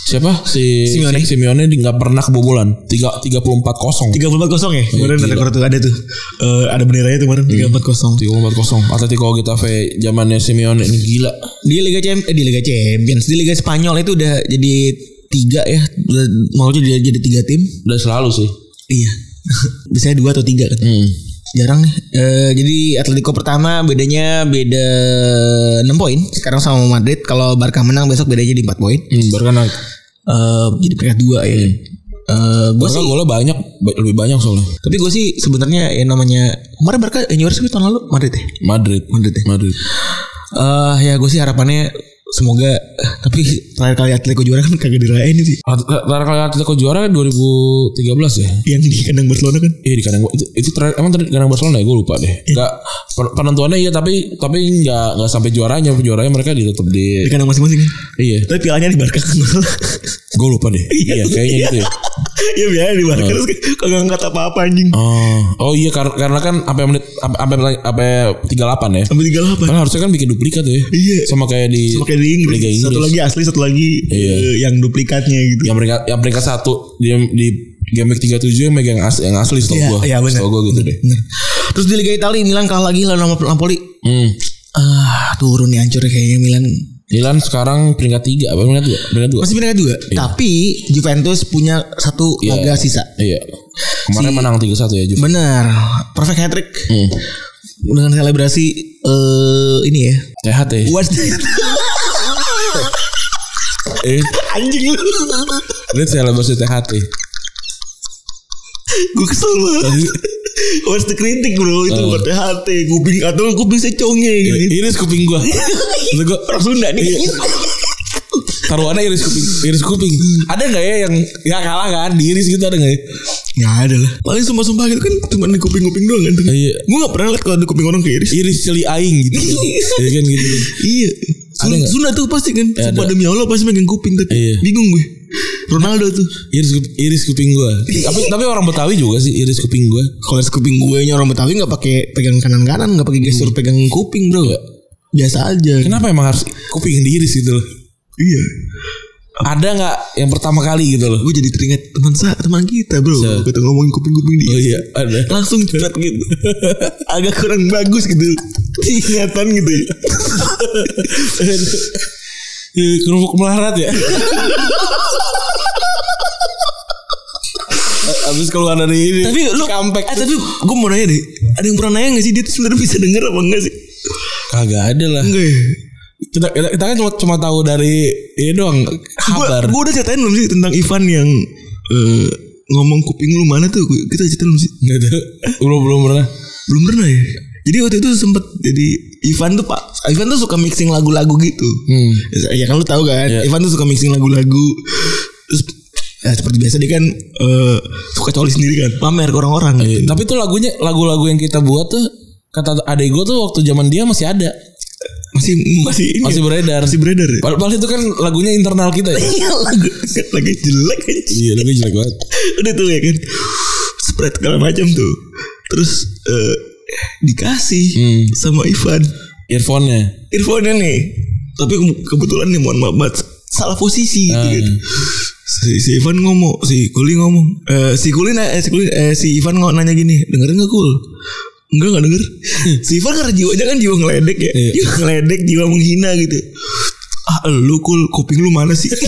siapa si Simeone si Simeone nggak pernah kebobolan tiga tiga puluh empat kosong tiga puluh empat kosong ya kemarin ada rekor tuh ada tuh uh, ada benderanya tuh kemarin tiga puluh empat kosong tiga puluh empat kosong Atletico Getafe zamannya Simeone ini gila di Liga Champions eh, di Liga Champions di Liga Spanyol itu udah jadi tiga ya mau jadi jadi tiga tim udah selalu sih iya biasanya dua atau tiga kan hmm. jarang nih uh, jadi Atletico pertama bedanya beda enam poin sekarang sama Madrid kalau Barca menang besok bedanya di empat poin hmm, Barca naik uh, jadi peringkat dua ya hmm. uh, gue sih golnya banyak lebih banyak soalnya tapi gue sih sebenarnya ya namanya kemarin Barca anniversary tahun lalu Madrid ya Madrid Madrid ya Madrid uh, ya gue sih harapannya semoga tapi terakhir kali Atletico juara kan kagak dirayain sih. Terakhir kali Atletico juara kan dua ribu tiga belas ya. Yang di kandang Barcelona kan? Iya di kandang itu, itu terakhir, emang terakhir kandang Barcelona ya gue lupa deh. Enggak ya. Penentuannya iya tapi tapi enggak enggak sampai juaranya, juaranya mereka tetap di di kandang masing-masing kan? Iya. Tapi pialanya di Barca kan. Gue lupa deh. Iya kayaknya gitu ya. Iya biasa di Barca terus kagak ngangkat apa-apa anjing. Oh, oh iya karena karena kan sampai menit sampai sampai tiga puluh delapan ya. Sampai tiga puluh delapan. Kan harusnya kan bikin duplikat ya. Iya. Sama kayak di sama kayak di Inggris. Liga Inggris. Satu lagi asli, satu lagi iya. uh, yang duplikatnya gitu. Yang peringkat yang peringkat satu di di game week tiga puluh tujuh yang megang as, yang asli setahu iya, gua. Iya benar. Setahu gua gitu deh. Bener. Terus di Liga Italia Milan kalah lagi lawan Napoli. Hmm. Ah, turun nih hancur kayaknya Milan. Milan sekarang peringkat tiga apa peringkat dua? Peringkat dua. Masih peringkat dua. Iya. Tapi Juventus punya satu iya, laga sisa. Iya. Kemarin si, menang tiga satu ya Juventus. Benar. Perfect hat trick. Hmm. Dengan selebrasi uh, ini ya. T H T. What's eh anjing lu. Lihat selebrasi T H T. Gue kesel banget. What's the kritik bro itu buat T H T kuping atau kuping seconge gitu. Iris kuping gua. Itu gua orang Sunda nih. Taruhannya iris kuping, iris kuping. Ada enggak ya yang ya kalah kan diiris gitu ada enggak ya? Enggak ada lah. Paling sumpah-sumpah gitu kan cuma di kuping-kuping doang kan. Iya. Gua enggak pernah lihat kalau di kuping orang ke iris. Iris celi aing gitu. Iya kan gitu. Iya. Sunda, Sunda tuh pasti kan. Ya, sumpah demi Allah pasti megang kuping tapi iya. Bingung gue. Ronaldo tuh iris iris kuping gue. tapi tapi orang Betawi juga sih iris kuping gue. Kalau iris kuping gue nya orang Betawi nggak pakai pegang kanan kanan nggak pakai gestur hmm. pegang kuping bro. Ya. Biasa aja. Kenapa emang harus kuping diiris gitu loh? Iya. Ada nggak yang pertama kali gitu loh? Gue jadi teringat teman saya teman kita bro. So. Kita ngomongin kuping-kuping dia. Oh iya ada. Langsung cepat gitu. Agak kurang bagus gitu. Ingatan gitu. Kerupuk melarat ya. Abis keluar dari ini. Tapi lu comeback. Eh, tapi gue mau nanya deh. Ada yang pernah nanya gak sih dia tuh sebenarnya bisa denger apa enggak sih? Kagak ada lah. Enggak ya. Kita, kita, kita kan cuma cuma tahu dari ini doang kabar. Gue udah ceritain belum sih tentang Ivan yang uh, ngomong kuping lu mana tuh? Kita ceritain belum sih? Enggak tahu. Belum belum pernah. Belum pernah ya. Jadi waktu itu sempet jadi Ivan tuh pak Ivan tuh suka mixing lagu-lagu gitu. Hmm. Ya kan lu tahu kan? Yeah. Ivan tuh suka mixing lagu-lagu. Terus ya seperti biasa dia kan uh, suka coli sendiri kan, pamer ke orang-orang. Iya. Gitu. Tapi tuh lagunya lagu-lagu yang kita buat tuh kata adek gue tuh waktu zaman dia masih ada. Masih masih ini masih beredar. Masih beredar. Ya? Padahal itu kan lagunya internal kita ya. Iya lagu lagi jelek aja. Iya lagu jelek banget. Udah tuh ya kan. Spread segala macam tuh. Terus uh, dikasih hmm. sama Ivan earphone-nya. Earphone-nya nih. Tapi kebetulan nih mohon maaf banget salah posisi gitu kan. Si, si Ivan ngomong, si Kuli ngomong, eh, si Kuli eh, si Kuli eh, si Ivan ngomong nanya gini, dengerin nggak Kul? Enggak nggak denger. Si Ivan karena jiwanya kan jiwa ngeledek ya, yeah. jiwa ngeledek, jiwa menghina gitu. Ah lu Kul, kuping lu mana sih?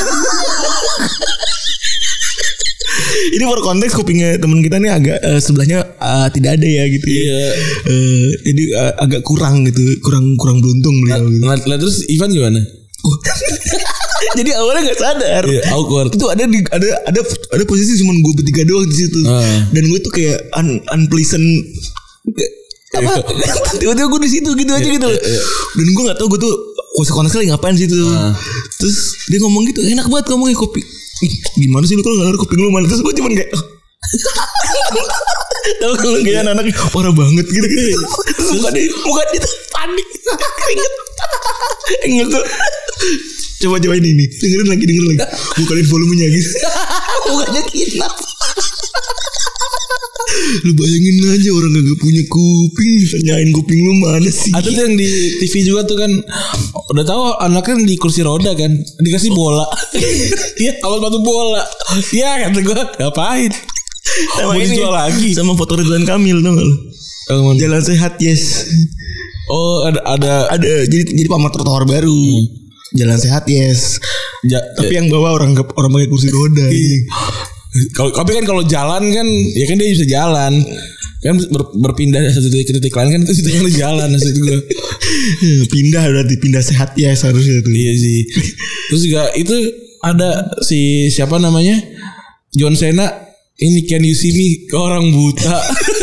Ini for konteks kupingnya teman kita nih agak uh, sebelahnya uh, tidak ada ya gitu. Iya. Yeah. Uh, jadi uh, agak kurang gitu, kurang kurang beruntung beliau. Nah, gitu. Nah, terus Ivan gimana? Jadi awalnya nggak sadar. Yeah, awkward. Itu ada di ada ada ada posisi cuma gue bertiga doang di situ. Uh. Dan gue tuh kayak un, unpleasant apa? Tiba-tiba gue di situ gitu aja yeah, gitu. Yeah, yeah. Dan gue nggak tahu gue tuh posisi konteks lagi ngapain situ. Uh. Terus dia ngomong gitu, enak banget ngomongnya kopi. Gimana sih lu kalau nggak kuping lu mana? Terus gue cuman kayak tahu kalau kayak anak-anak parah banget gitu gitu. Terus muka dia muka dia tuh panik keringet. Enggak kok. Coba coba ini nih dengerin lagi dengerin lagi. Bukain volumenya gitu. Mukanya kinap. Lu bayangin aja orang gak punya kuping ditanyain kuping lu mana sih. Ada tuh yang di T V juga tuh kan, udah tahu anaknya di kursi roda kan, dikasih bola. Iya, alat batu bola. Iya kata gue, ngapain? Mau dijual lagi. Sama foto Ridwan Kamil dong lu. Oh, Jalan sehat yes. Oh ada ada ada jadi jadi pamer trotoar baru. Hmm. Jalan sehat yes. Ja, tapi ya. yang bawa orang orang pakai kursi roda. Kalau tapi kan kalau jalan kan ya kan dia bisa jalan. Kan ber, berpindah satu titik ke titik lain kan itu yang jalan maksud gue. Pindah berarti pindah sehat ya seharusnya itu. Iya sih. Terus juga itu ada si siapa namanya? John Cena ini Can You See Me ke orang buta.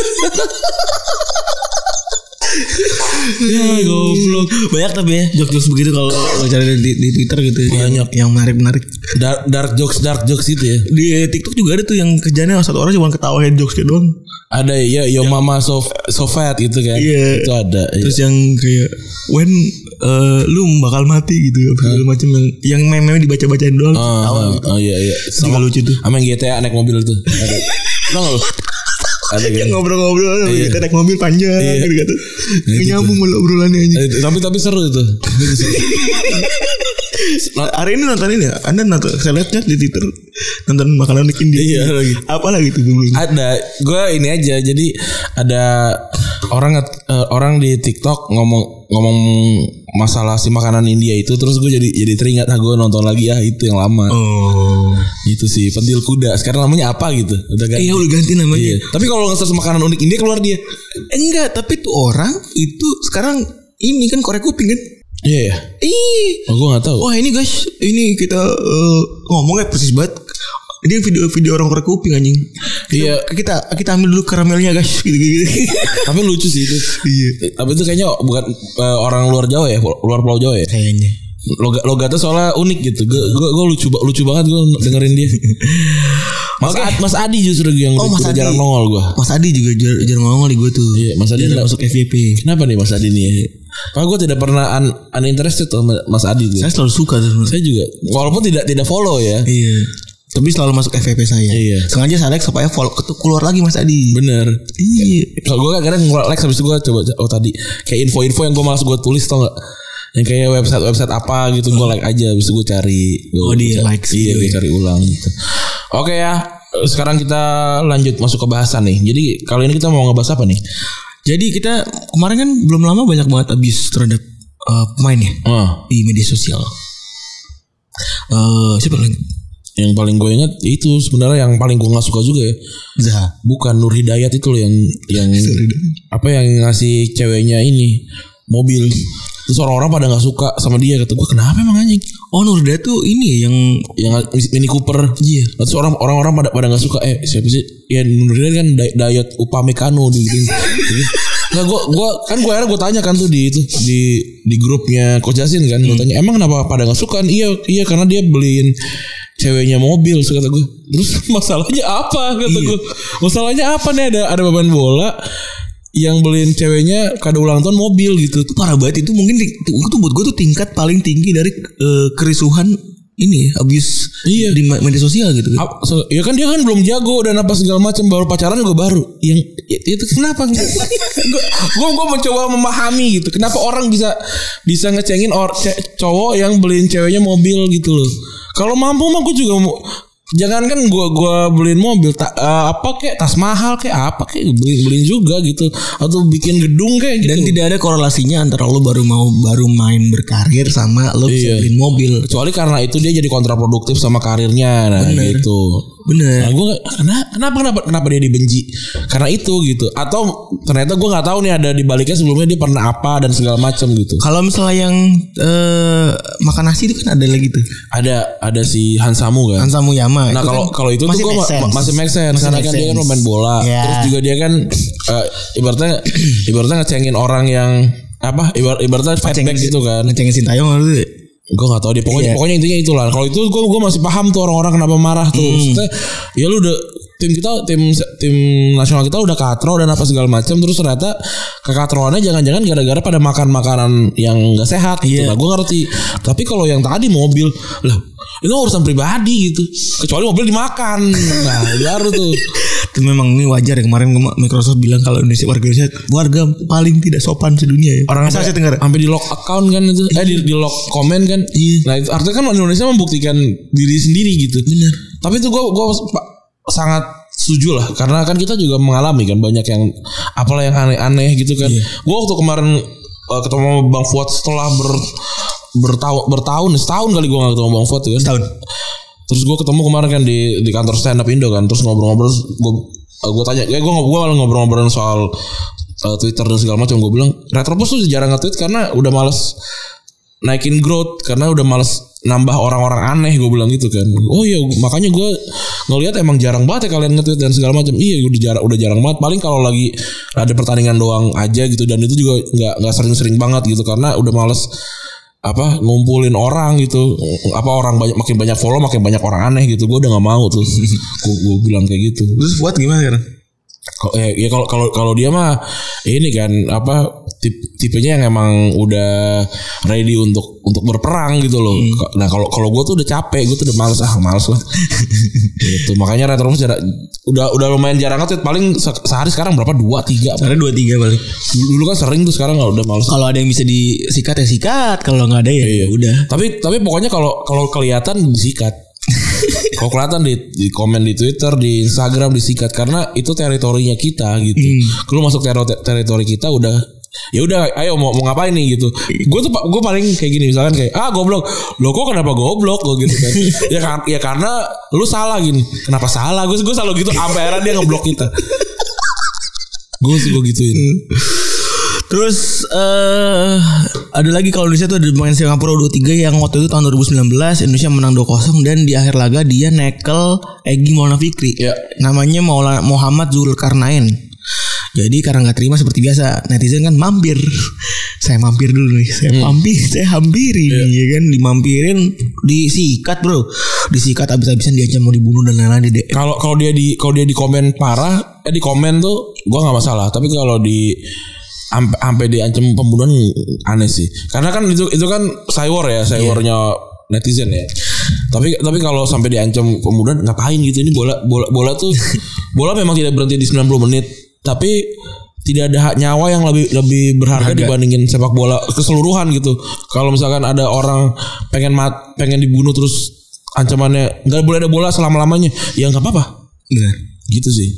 Ya goblok. Banyak tapi ya jokes-jokes begitu kalau lo cari di, di Twitter gitu. Banyak yang menarik-menarik. Dark, dark jokes dark jokes itu ya. Di TikTok juga ada tuh yang kerjanya satu orang cuma ketawain jokesnya doang. Ada ya Yo ya. Mama so, so fat gitu kan. Iya. Itu ada. Terus ya. yang kayak when uh, lu bakal mati gitu segala macam yang yang meme dibaca-bacain doang. Oh, oh, oh iya iya. Sama lucu tuh. Sama G T A naik mobil tuh. Ada. Tahu enggak lu? Ada yang ngobrol-ngobrol iya. Kita naik mobil panjang iya. Gitu kata nah, nyambung malah obrolannya aja. Eh, tapi tapi seru itu. Hari ini nonton ini ya? Anda nonton, saya lihatnya di Twitter nonton makanan bikin dia. Iya lagi. Apa lagi tuh dulu? Ada, gue ini aja. Jadi ada orang uh, orang di TikTok ngomong ngomong masalah si makanan India itu, terus gue jadi jadi teringat, ah gue nonton lagi ya itu yang lama. Oh, itu sih Pentil Kuda. Sekarang namanya apa gitu? Udah ganti. Iya udah ganti namanya. Iya. Tapi kalau nge-search makanan unik India keluar dia. Enggak, tapi tuh orang itu sekarang ini kan korek kuping kan? Iya ya. Ih, oh, gue nggak tahu. Wah ini guys, ini kita uh, ngomongnya persis banget. Ini video-video orang korek kuping anjing. Iya, kita kita ambil dulu karamelnya guys, gitu-gitu. Tapi lucu sih itu. Iya. Tapi itu kayaknya bukan uh, orang luar Jawa ya, luar Pulau Jawa ya. Kayaknya. Logat logatnya soalnya unik gitu. Gue gue gue lucu lucu banget gue dengerin dia. Mas, okay. Ad, Mas Adi justru yang oh, Mas Adi. jarang nongol gue. Mas Adi juga jar, jarang nongol di gue tuh. Iya, Mas Adi masuk F Y P. Kenapa nih Mas Adi nih? Karena gue tidak pernah un, uninterested sama Mas Adi. Gue. Saya selalu suka tuh. Saya juga, walaupun tidak tidak follow ya. Iya. Tapi selalu masuk F Y P saya. Iya. Sengaja saya like supaya follow keluar lagi Mas Adi. Bener. Iya. Kalau gue kadang like habis itu gue coba oh tadi kayak info-info yang gue malas gue tulis tau gak? Yang kayak website-website apa gitu gue like aja, habis itu gue cari. Gua, oh dia like iya gue cari ulang gitu. Oke ya, sekarang kita lanjut masuk ke bahasan nih. Jadi kali ini kita mau ngebahas apa nih? Jadi kita kemarin kan belum lama banyak banget abis terhadap uh, pemain ya oh. di media sosial. Uh, siapa lagi? Yang paling gue ingat itu sebenarnya yang paling gue nggak suka juga ya. Zaha. Bukan Nur Hidayat itu loh yang yang apa yang ngasih ceweknya ini mobil. Terus orang-orang pada nggak suka sama dia, kata gue kenapa emang anjing? Oh Nur Hidayat tuh ini yang yang Mini Cooper. Iya. Terus orang orang-orang pada pada nggak suka. Eh siapa sih? Ya Nur Hidayat kan Dayot Upamecano di gitu. Nah gue gue kan gue akhirnya gue tanya kan tuh di itu di di grupnya Coach Jasin kan, gue tanya emang kenapa pada nggak suka? Iya iya karena dia beliin ceweknya mobil, so kata gue. Terus masalahnya apa kata iya. gue? Masalahnya apa nih, ada ada pemain bola yang beliin ceweknya kado ulang tahun mobil gitu. Itu parah banget. Itu mungkin itu tuh buat gue tuh tingkat paling tinggi dari uh, kerisuhan ini abis iya. di media sosial gitu. A, so, ya kan dia kan belum jago dan apa segala macam, baru pacaran juga baru. Yang ya, itu kenapa? gue gue mencoba memahami gitu. Kenapa orang bisa bisa ngecengin or ce, cowok yang beliin ceweknya mobil gitu loh. Kalau mampu mah gue juga mau. Jangan kan gue gua beliin mobil ta, uh, apa kayak tas mahal kayak apa kayak beliin beliin juga gitu, atau bikin gedung kayak gitu. Dan tidak ada korelasinya antara lo baru mau baru main berkarir sama lo bisa iya. beliin mobil. Kecuali karena itu dia jadi kontraproduktif sama karirnya, nah bener. Gitu. Bener. Nah, gue kenapa kenapa kenapa kenapa dia dibenci karena itu gitu, atau ternyata gue nggak tahu nih ada di baliknya sebelumnya dia pernah apa dan segala macam gitu. Kalau misalnya yang uh, makan nasi itu kan ada lagi tuh. Ada ada si Hansamu kan. Hansamu Yama. Nah kalau kan kalau itu masih tuh gue ma- masih make sense masih karena make kan sense. Dia kan pemain bola, yeah. Terus juga dia kan uh, ibaratnya ibaratnya ngecengin orang yang apa ibarat ibaratnya fight back gitu kan. Ngecengin Sintayong gitu. Gue gak tahu dia pokoknya yeah. pokoknya intinya itulah. Kalau itu gue gue masih paham tuh orang-orang kenapa marah tuh. Hmm. Maksudnya ya lu udah tim kita tim tim nasional kita udah katro dan apa segala macam, terus ternyata kekatroannya jangan-jangan gara-gara pada makan makanan yang gak sehat gitu. Yeah. Nah gue ngerti. Tapi kalau yang tadi mobil lah itu urusan pribadi gitu. Kecuali mobil dimakan. Nah baru tuh. Tapi memang ini wajar ya, kemarin Microsoft bilang kalau Indonesia warga Indonesia warga paling tidak sopan sedunia ya. Orang Asia Tenggara. Sampai di lock account kan itu, eh di, di lock komen kan. Iya. Nah itu artinya kan Indonesia membuktikan diri sendiri gitu. Benar. Tapi itu gue gue sangat setuju lah, karena kan kita juga mengalami kan banyak yang apalah yang aneh-aneh gitu kan. Iya. Gue waktu kemarin uh, ketemu Bang Fuad setelah ber bertahun bertahun setahun kali gue nggak ketemu Bang Fuad ya kan. Setahun. Terus gue ketemu kemarin kan di di kantor stand up Indo kan, terus ngobrol-ngobrol, gue uh, gue tanya, ya gue gue malah ngobrol-ngobrol soal uh, Twitter dan segala macam. Gue bilang Retropus tuh jarang nge-tweet karena udah males naikin growth, karena udah males nambah orang-orang aneh, gue bilang gitu kan. Oh iya, makanya gue ngelihat emang jarang banget ya kalian nge-tweet dan segala macam. Iya, udah jarang udah jarang banget. Paling kalau lagi ada pertandingan doang aja gitu, dan itu juga nggak nggak sering-sering banget gitu karena udah males apa ngumpulin orang gitu, apa orang banyak makin banyak follow makin banyak orang aneh gitu. Gue udah nggak mau tuh. gue, gue bilang kayak gitu. Terus buat gimana kan? Ya, ya kalau kalau kalau dia mah ini kan apa tip, tipenya yang emang udah ready untuk untuk berperang gitu loh. Hmm. Nah kalau kalau gue tuh udah capek, gue tuh udah males ah males lah. Gitu. Makanya Retropus udah udah lumayan jarang nge-tweet, paling se- sehari sekarang berapa dua tiga. Sehari dua tiga paling. Dulu, dulu kan sering tuh, sekarang nggak udah males. Kalau ada yang bisa disikat ya sikat, kalau nggak ada ya, ya udah. Tapi tapi pokoknya kalau kalau kelihatan disikat. Kalau kelihatan di, di komen di Twitter, di Instagram disikat, karena itu teritorinya kita gitu. Hmm. Kalau masuk ter- teritori kita udah, ya udah, ayo mau mau ngapain nih gitu. Gue tuh gue paling kayak gini, misalkan kayak ah goblok, lo kok kenapa goblok lo gitu kan? ya kan, ya karena lu salah gini. Kenapa salah? Gue gue selalu gitu. Sampai akhirnya dia ngeblok kita. Gue gue gituin. Terus uh, ada lagi kalau Indonesia tuh ada pemain Singapura U dua puluh tiga yang waktu itu tahun dua ribu sembilan belas Indonesia menang dua kosong, dan di akhir laga dia nekel Egy Maulana Fikri. Yeah. Namanya Maulana Muhammad Zulkarnain. Jadi karena nggak terima seperti biasa, netizen kan mampir. Saya mampir dulu nih, saya hmm. mampir, saya hampiri, yeah. ya kan, dimampirin, disikat bro, disikat abis-abisan, diancam mau dibunuh dan lain-lain. Kalau kalau dia di kalau dia di komen parah, eh di komen tuh gue nggak masalah, tapi kalau di sampai diancam pembunuhan aneh sih. Karena kan itu itu kan cyber ya, cybernya yeah. netizen ya. Tapi tapi kalau sampai diancam pembunuhan ngapain gitu? Ini bola bola bola tuh bola memang tidak berhenti di sembilan puluh menit, tapi tidak ada hak nyawa yang lebih lebih berharga Harga. dibandingin sepak bola keseluruhan gitu. Kalau misalkan ada orang pengen mat, pengen dibunuh terus ancamannya nggak boleh ada bola selama-lamanya, ya nggak apa-apa. Benar. Gitu sih.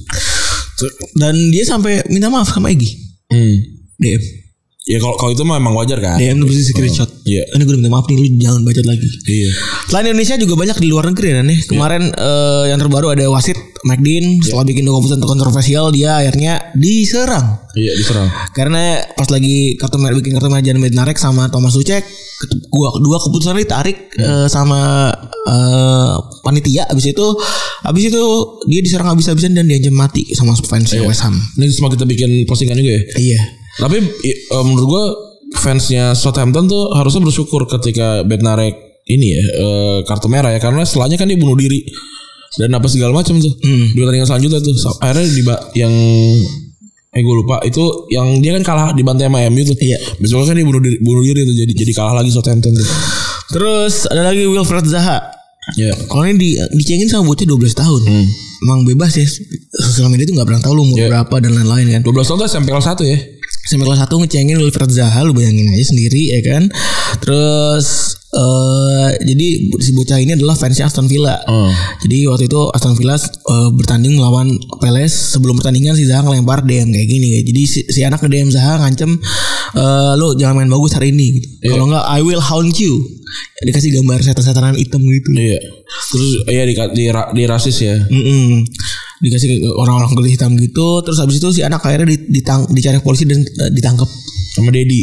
Dan dia sampai minta maaf sama Egy. Hmm. D M. Ya kalau kalau itu mah emang wajar kan. D M terus screenshot. Oh, iya. Ini gue minta maaf nih, lu jangan bacot lagi. Iya. Selain Indonesia juga banyak di luar negeri ya nih. Kemarin iya. uh, yang terbaru ada wasit McDean, iya. setelah bikin dua keputusan kontroversial, dia akhirnya diserang. Iya, diserang. Karena pas lagi kartu merah bikin kartu merah Jan Bednarek sama Thomas Sucek, dua dua keputusan ditarik hmm. uh, sama uh, panitia. Abis itu abis itu dia diserang habis-habisan dan diancam mati sama fans iya. West Ham. Ini semua kita bikin postingan juga ya. Iya. Tapi uh, menurut gue fansnya Southampton tuh harusnya bersyukur ketika Bednarek ini ya uh, kartu merah ya, karena setelahnya kan dia bunuh diri dan apa segala macam tuh. Hmm. Di pertandingan selanjutnya tuh akhirnya di yang eh gue lupa itu yang dia kan kalah dibantai sama M U tuh. Iya. Besoknya kan dia bunuh diri, bunuh diri tuh, jadi jadi kalah lagi Southampton tuh. Terus ada lagi Wilfried Zaha. Ya. Kalau ini di, dicengin sama bocah dua belas tahun. Hmm. Emang bebas ya. Sosial media tuh gak pernah tahu lu umur yeah. berapa dan lain-lain kan. dua belas tahun tuh S M P kelas satu ya. S M P kelas satu ngecengin Wilfried Zaha, lu bayangin aja sendiri ya kan. Terus uh, jadi si bocah ini adalah fansnya Aston Villa. Hmm. Jadi waktu itu Aston Villa uh, bertanding melawan Palace. Sebelum pertandingan si Zaha ngelempar D M kayak gini. Jadi si, si anak nge-D M Zaha ngancem uh, lu jangan main bagus hari ini gitu. Yeah. Kalau enggak I will haunt you. Dikasih gambar setan-setanan hitam gitu. Iya. Terus iya di di, di rasis ya. Mm-mm. Dikasih ke orang-orang kulit hitam gitu. Terus habis itu si anak akhirnya ditang, dicari polisi dan uh, ditangkap sama Dedi.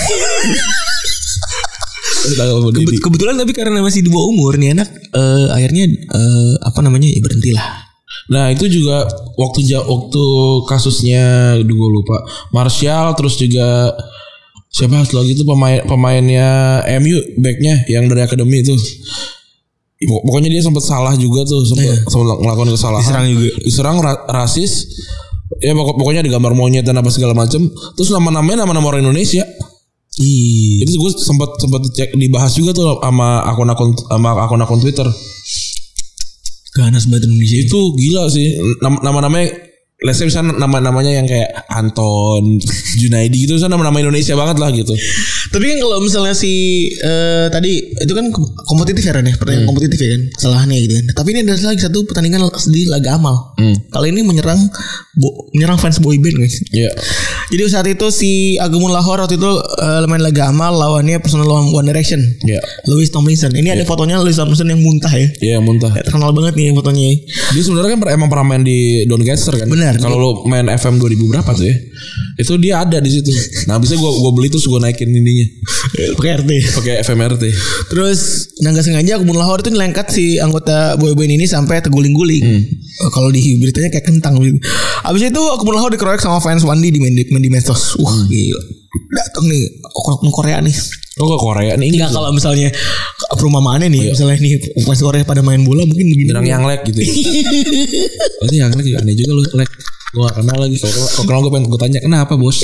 Kebet- kebetulan tapi karena masih di bawah umur nih anak uh, akhirnya uh, apa namanya ya berhentilah. Nah itu juga waktu waktu kasusnya gue lupa Martial, terus juga siapa lagi itu pemain pemainnya M U backnya yang dari akademi itu. Pokoknya dia sempat salah juga tuh, sempat yeah. sempat melakukan kesalahan. Diserang juga. Diserang ra- rasis. Ya pokok, pokoknya digambar monyet dan apa segala macam. Terus nama-namanya nama-nama orang Indonesia. Ih. Itu gue sempat sempat cek dibahas juga tuh sama akun-akun sama akun-akun Twitter. Ganas banget Indonesia itu gila sih. Nama-namanya let's say misalnya nama-namanya yang kayak Anton, Junaidi gitu, misalnya nama-nama Indonesia banget lah gitu. Tapi kan kalau misalnya si uh, tadi itu kan kompetitif ya Ren ya, pertandingan hmm. kompetitif ya kan, kesalahannya gitu kan. Tapi ini ada lagi satu pertandingan di laga amal. Hmm. Kali ini menyerang bo, menyerang fans boyband guys. Iya. Yeah. Jadi saat itu si Agumun Lahore waktu itu uh, main laga amal lawannya personal One Direction. Iya. Yeah. Louis Tomlinson. Ini yeah. ada fotonya Louis Tomlinson yang muntah ya. Iya, yeah, muntah. Ya, terkenal banget nih fotonya. Dia sebenarnya kan emang pernah main di Doncaster kan. Benar. Kalau lo main F M dua ribu berapa tuh ya? Itu dia ada di situ. Nah, bisa gua gua beli terus gua naikin ininya. Pakai R T. Pakai F M R T. Terus nggak sengaja Agumun Lahore itu nyelengkat si anggota boyband ini sampai terguling-guling. Hmm. Kalau di beritanya kayak kentang gitu. Abis itu Agumun Lahore dikeroyok sama fans Wandi di di, di medsos. Wah, hmm. gila. Datang nih orang Korea nih. Oh ke Korea nih. Enggak kalau misalnya perumpamaannya nih, oh, iya. misalnya nih fans Korea pada main bola mungkin begini. Bilang yang lag gitu. Berarti yang lag juga aneh juga lu lag. Gua gak kenal lagi. Kalau kenal gue pengen gue tanya kenapa bos.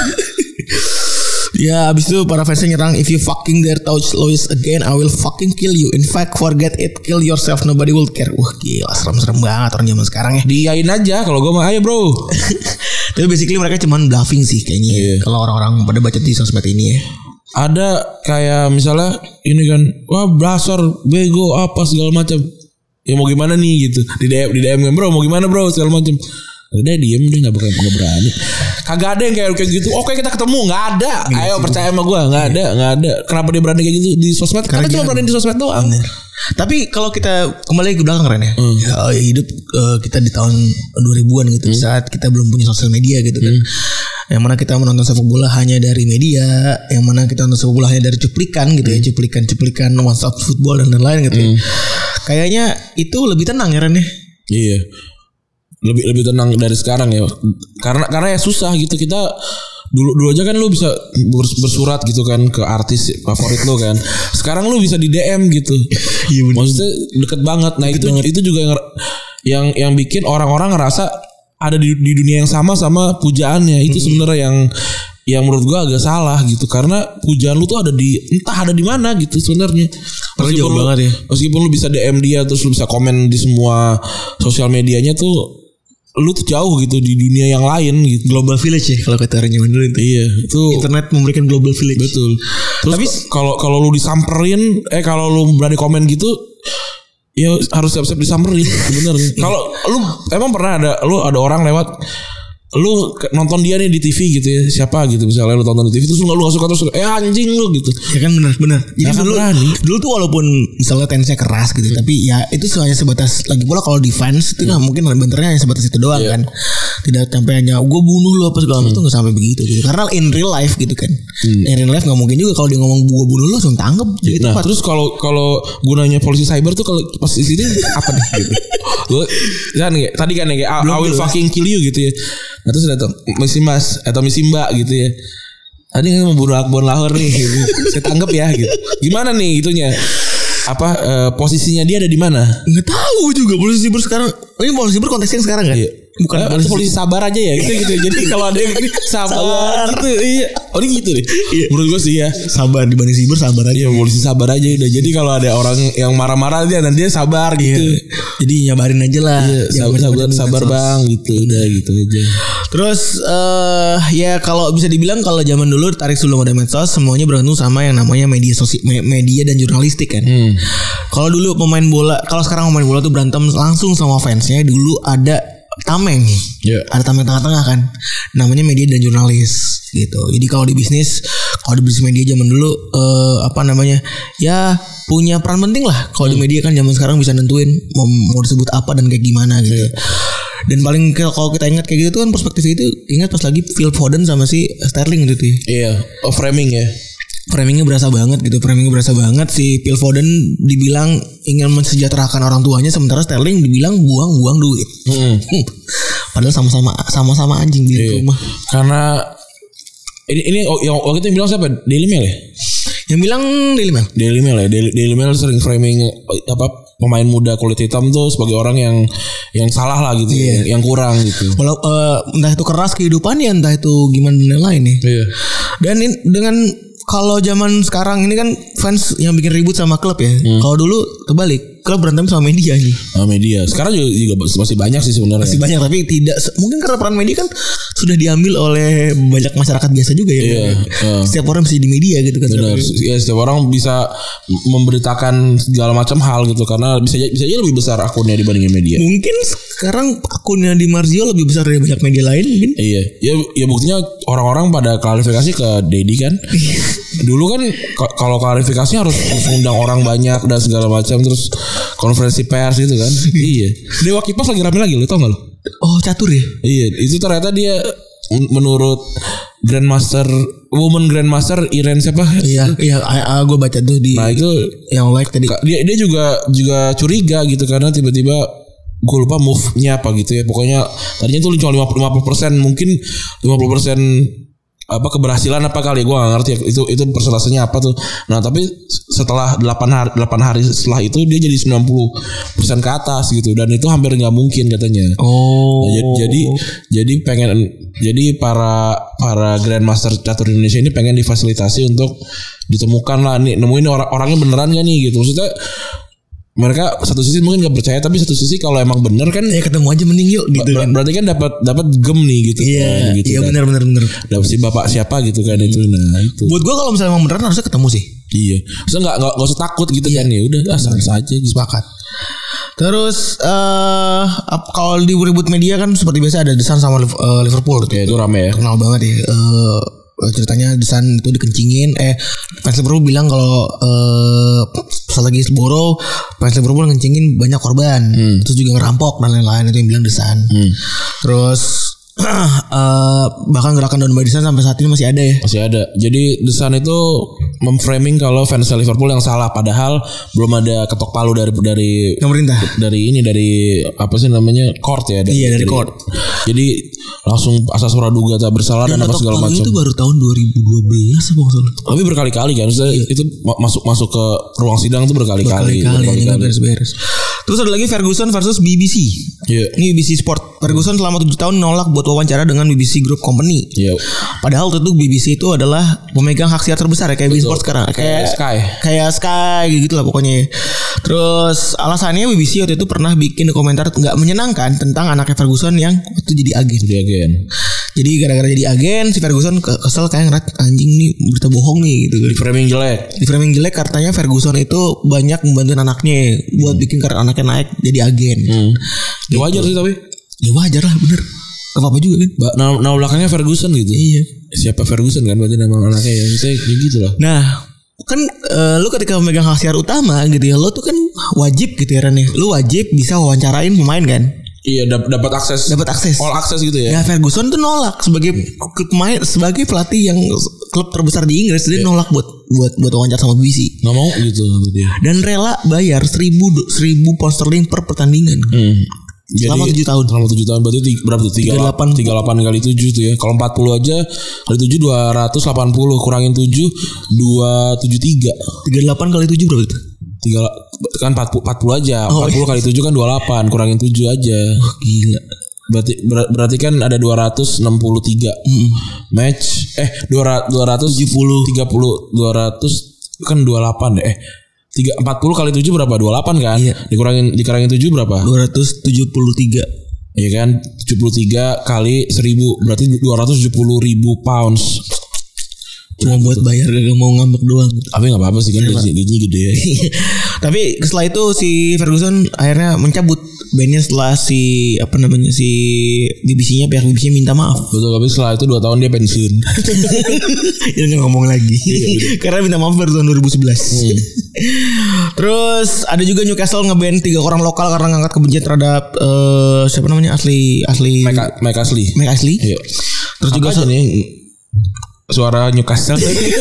Ya abis itu para fansnya nyerang, if you fucking dare touch Louis again I will fucking kill you. In fact forget it, kill yourself, nobody will care. Wah gila serem-serem banget orang zaman sekarang ya. Diain aja kalau gue mah ayo bro. Tapi basically mereka cuman bluffing sih kayaknya. Yeah. Kalau orang-orang pada baca di sosmed ini ya. Ada kayak misalnya ini kan, wah brasar bego apa segala macam. Ya mau gimana nih gitu. Di D M di D M kan bro mau gimana bro segala macam. Udah diem dia nggak bakal nggak berani. Kagak ada yang kayak kayak gitu. Oke kita ketemu nggak ada. Ayo percaya sama gue nggak ada nggak ada. Kenapa dia berani kayak gitu di sosmed? Karena, Karena cuma berani di sosmed doang. Bener. Tapi kalau kita kembali ke belakang Ren ya, hmm. ya hidup uh, kita di tahun dua ribuan gitu hmm. saat kita belum punya sosial media gitu kan. Hmm. Yang mana kita menonton sepak bola hanya dari media, yang mana kita nonton sepak bola hanya dari cuplikan gitu hmm. ya, cuplikan-cuplikan WhatsApp football dan lain-lain gitu. Hmm. Ya. Kayaknya itu lebih tenang ya Ren ya. Iya. Lebih lebih tenang dari sekarang ya. Karena karena ya susah gitu kita dulu dulu aja kan lu bisa bersurat gitu kan ke artis favorit lu kan. Sekarang lu bisa di D M gitu. Iya maksudnya deket banget. Nah deket itu banget. Itu juga yang yang yang bikin orang-orang ngerasa ada di di dunia yang sama sama pujaannya. Itu hmm. sebenarnya yang yang menurut gua agak salah gitu karena pujaan lu tuh ada di entah ada di mana gitu sebenarnya. Meskipun lu, banget ya. Meskipun lu bisa D M dia terus lu bisa komen di semua sosial medianya tuh lu tuh jauh gitu di dunia yang lain gitu. Global village ya kalau kata orang zaman dulu itu. Iya, itu internet memberikan global village. Betul. Terus tapi kalau kalau lu disamperin eh kalau lu berani komen gitu ya harus siap-siap disamperin sebenarnya. Kalau lu emang pernah ada lu ada orang lewat lu nonton dia nih di T V gitu ya siapa gitu misalnya lu tonton di T V terus lu nggak lu nggak suka terus eh anjing lu gitu ya kan benar-benar jadi ya dulu kan dulu tuh walaupun misalnya tensinya keras gitu hmm. tapi ya itu hanya sebatas lagi pula kalau di fans itu kan hmm. mungkin benternya hanya sebatas itu doang yeah. kan tidak sampai hanya gue bunuh lu apa segala macam hmm. itu nggak sampai begitu gitu karena in real life gitu kan hmm. in real life nggak mungkin juga kalau dia ngomong gue bunuh lu langsung tangkep gitu. Nah terus kalau kalau gunanya polisi cyber tuh kalau pas di sini apa nih gitu gue kan tadi kan ya I, I will fucking kill you gitu ya. Nah terus datang Misi Mas atau Misi Mbak gitu ya. Tadi kan membunuh Agumun Lahore nih gitu. Saya tanggap ya gitu. Gimana nih itunya? Apa uh, posisinya dia ada di mana? Nggak tahu juga polisi cyber sekarang. Ini polisi cyber konteksnya sekarang kan? Iya. Bukan eh, polisi sabar aja ya gitu gitu. Jadi kalau ada yang ini sabar, sabar. gitu iya. Oh ini gitu deh. Iya. Menurut gue sih ya sabar dibanding cyber sabar aja. Iya polisi sabar aja udah. Jadi kalau ada orang yang marah-marah dia nanti dia sabar gitu. Iya. Jadi nyabarin aja lah. Iya, sabar sabar, sabar bang gitu udah gitu aja. Terus uh, ya kalau bisa dibilang kalau zaman dulu tarik sebelum ada medsos semuanya bergantung sama yang namanya media sosial media dan jurnalistik kan. Hmm. Kalau dulu pemain bola kalau sekarang pemain bola tuh berantem langsung sama fansnya dulu ada tameng, yeah. ada tameng tengah-tengah kan, namanya media dan jurnalis gitu. Jadi kalau di bisnis, kalau di bisnis media zaman dulu uh, apa namanya, ya punya peran penting lah. Kalau hmm. di media kan zaman sekarang bisa nentuin mau, mau disebut apa dan kayak gimana gitu. Yeah. Dan paling kalau kita ingat kayak gitu tuh kan perspektif itu ingat pas lagi Phil Foden sama si Sterling gitu. Iya, yeah. oh, framing ya. Framingnya berasa banget gitu, framingnya berasa banget si Phil Foden dibilang ingin mensejahterakan orang tuanya, sementara Sterling dibilang buang-buang duit. Hmm. Padahal sama-sama sama-sama anjing di iya. rumah. Karena ini ini yang waktu itu yang bilang siapa? Daily Mail ya? Yang bilang Daily Mail. Daily Mail ya. Daily, Daily Mail sering framing apa pemain muda kulit hitam tuh sebagai orang yang yang salah lah gitu, iya. yang, yang kurang gitu. Walau uh, entah itu keras kehidupannya, entah itu gimana dan lain nih. Iya. Dan in, dengan kalau zaman sekarang ini kan fans yang bikin ribut sama klub ya. Hmm. Kalau dulu terbalik, klub berantem sama media nih. Oh, media. Sekarang juga, juga masih banyak sih sebenarnya. Masih banyak tapi tidak mungkin karena peran media kan sudah diambil oleh banyak masyarakat biasa juga ya. Iya. Uh, setiap orang bisa di media gitu kan. Benar. Ya setiap orang bisa memberitakan segala macam hal gitu karena bisa bisa aja lebih besar akunnya dibandingin media. Mungkin sekarang akunnya di Marzio lebih besar dari banyak media lain mungkin. Iya. Ya ya buktinya orang-orang pada klarifikasi ke Dedi kan. Dulu kan k- kalau klarifikasi harus undang orang banyak dan segala macam terus konferensi pers gitu kan. Iya. Dewa Kipas lagi rame lagi lu tau gak lu? Oh, catur ya? Iya, itu ternyata dia menurut Grandmaster Woman Grandmaster Iren siapa? Iya, iya, gue baca tuh di. Nah, itu yang like tadi. Dia dia juga juga curiga gitu karena tiba-tiba gue lupa move-nya apa gitu ya. Pokoknya tadinya tuh cuma lima puluh persen mungkin lima puluh persen apa keberhasilan apa kali gue gak ngerti ya, itu itu persentasenya apa tuh. Nah tapi setelah delapan hari delapan hari setelah itu dia jadi sembilan puluh persen ke atas gitu dan itu hampir nggak mungkin katanya. Oh. Nah, jadi jadi pengen jadi para para Grandmaster catur Indonesia ini pengen difasilitasi untuk ditemukan lah nih nemuin orang orangnya beneran gak nih gitu. Maksudnya mereka satu sisi mungkin nggak percaya tapi satu sisi kalau emang bener kan ya ketemu aja mending yuk gitu ber- kan. Berarti kan dapat dapat gem nih gitu. Iya, kan, gitu iya kan. benar benar benar. Dapat si bapak siapa gitu kan itu. Nah itu. Buat gue kalau misalnya emang beneran harusnya ketemu sih. Iya. Maksudnya nggak nggak nggak usah takut gitu iya. Kan ya udah asal saja gitu. Sepakat. Terus uh, kalau di ribut media kan seperti biasa ada The Sun sama uh, Liverpool gitu. Ya, itu rame ya. Kenal banget ya. Uh, ceritanya The Sun itu dikencingin eh fans Liverpool bilang kalau uh, pas lagi Boro fans Liverpool ngencingin banyak korban hmm. terus juga ngerampok dan lain-lain itu yang bilang The Sun hmm. Terus uh, bahkan gerakan Down by The Sun sampai saat ini masih ada ya masih ada. Jadi The Sun itu memframing kalau fans Liverpool yang salah padahal belum ada ketok palu dari dari pemerintah dari ini dari apa sih namanya court ya dari, iya dari, dari court jadi langsung asas praduga tak bersalah dan, dan apa segala macam. Itu baru tahun dua ribu dua belas apa maksudnya? Tapi berkali-kali kan, iya. Itu masuk masuk ke ruang sidang itu berkali-kali. Berkali-kali, ini beres-beres. Terus ada lagi Ferguson versus B B C. Yeah. Ini B B C Sport. Ferguson selama tujuh tahun nolak buat wawancara dengan B B C Group Company. Yeah. Padahal tentu B B C itu adalah pemegang hak siar terbesar ya kayak B B C Sport sekarang. Kayak Sky. Kayak Sky gitu lah pokoknya. Terus alasannya B B C waktu itu pernah bikin komentar nggak menyenangkan tentang anaknya Ferguson yang waktu jadi agen. Jadi agen. Jadi gara-gara jadi agen si Ferguson kesel kayak ngerat anjing nih berita bohong nih gitu. Di framing jelek. Di framing jelek katanya Ferguson itu banyak membantu anaknya buat bikin karir anaknya naik jadi agen. Hmm. Gitu. Ya wajar sih tapi. Ya wajar lah bener. Gak apa-apa juga kan. Ba- nama, nama belakangnya Ferguson gitu. Iya. Siapa Ferguson kan berarti nama anaknya ya. Saya gitu lah. Nah kan uh, lu ketika memegang hak siar utama gitu ya lu tuh kan wajib gitu ya Ran ya. Lu wajib bisa wawancarain pemain kan. Iya dapat akses dapat akses all akses gitu ya. Ya Ferguson tuh nolak sebagai pemain sebagai pelatih yang klub terbesar di Inggris dia yeah. nolak buat buat buat wawancara sama B B C. Nggak mau gitu dia. Dan rela bayar seribu seribu pound sterling per pertandingan. Hmm. Selama tujuh tahun. Selama tujuh tahun berarti tiga, berapa tuh? tiga puluh delapan tiga puluh delapan kali tujuh tuh ya. Kalau empat puluh aja kali tujuh dua ratus delapan puluh kurangin tujuh dua ratus tujuh puluh tiga. tiga puluh delapan kali tujuh berapa itu? Tiga kan empat puluh, empat puluh aja. Oh, empat puluh iya. kali tujuh kan dua puluh delapan kurangin tujuh aja. Oh, gila. Berarti ber, berarti kan ada dua ratus enam puluh tiga mm. match eh dua ratus tujuh puluh tiga puluh dua ratus kan dua puluh delapan deh. Eh tiga empat puluh kali tujuh berapa? dua puluh delapan kan? Iya. Dikurangin dikurangin tujuh berapa? dua ratus tujuh puluh tiga. Iya kan? tujuh puluh tiga kali seribu berarti dua ratus tujuh puluh ribu pounds. Cuma buat bayar gak mau ngambek doang. Tapi gak apa-apa sih kan gajinya gede ya. Tapi setelah itu si Ferguson akhirnya mencabut bandnya setelah si apa namanya si B B C-nya pihak B B C minta maaf. Betul, tapi setelah itu dua tahun dia pensiun. Jangan ngomong lagi. Karena minta maaf baru tahun dua ribu sebelas. Hmm. Terus ada juga Newcastle nge-ban tiga orang lokal karena ngangkat kebencian terhadap uh, siapa namanya asli asli Mike, Mike Ashley. Mike Ashley. Iya. Terus apa juga so- nih suara Newcastle.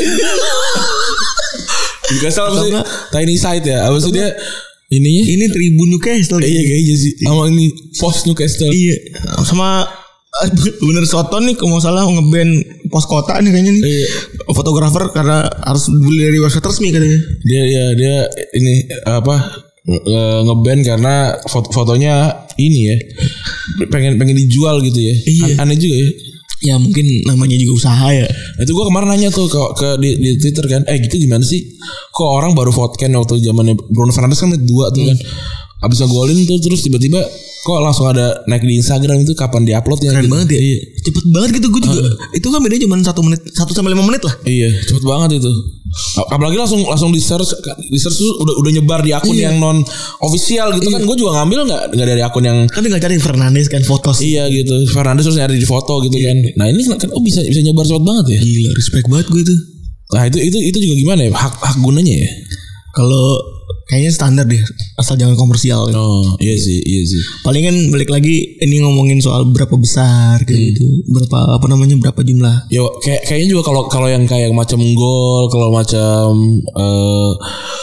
Newcastle apa sih? Tiny side ya. Apa sih dia? Ininya? Ini tribun Newcastle. Iya kayaknya sih. Sama ini pos Newcastle. Iya. Sama bener Soton nih kalau salah nge-ban pos kota nih kayaknya nih. Iya. Fotografer karena harus beli dari website resmi katanya. Dia ya dia ini apa? Nge-ban karena foto- fotonya ini ya. Pengen pengen dijual gitu ya. Iya. Aneh juga ya. Ya mungkin namanya juga usaha ya. Itu gue kemarin nanya tuh ke, ke di, di Twitter kan, eh gitu gimana sih? Kok orang baru vote kan waktu zamannya Bruno Fernandes kan dua tuh hmm. kan, abis ngegolin tuh terus tiba-tiba kok langsung ada naik di Instagram itu kapan diupload ya? Keren gitu. banget ya. Iya. Cepet banget gitu gue juga. Uh. Itu kan bedanya cuma satu menit, satu sampai lima menit lah. Iya, cepet banget itu. Apalagi langsung langsung di search di search tuh udah udah nyebar di akun iya. yang non official gitu iya. kan. Gue juga ngambil nggak nggak dari akun yang kan tinggal cari Fernandes kan foto sih. Iya gitu, Fernandes terus nyari di foto gitu iya. kan. Nah ini kan oh bisa bisa nyebar cepet banget ya. Gila, respect banget gue itu. Nah itu itu itu juga gimana ya hak hak gunanya ya? Kalau kayaknya standar deh, asal jangan komersial. Gitu. Oh iya sih, iya sih. Palingan balik lagi ini ngomongin soal berapa besar kayak hmm. gitu, berapa apa namanya berapa jumlah. Yo kayak kayaknya juga kalau kalau yang kayak macam gol, kalau macam uh,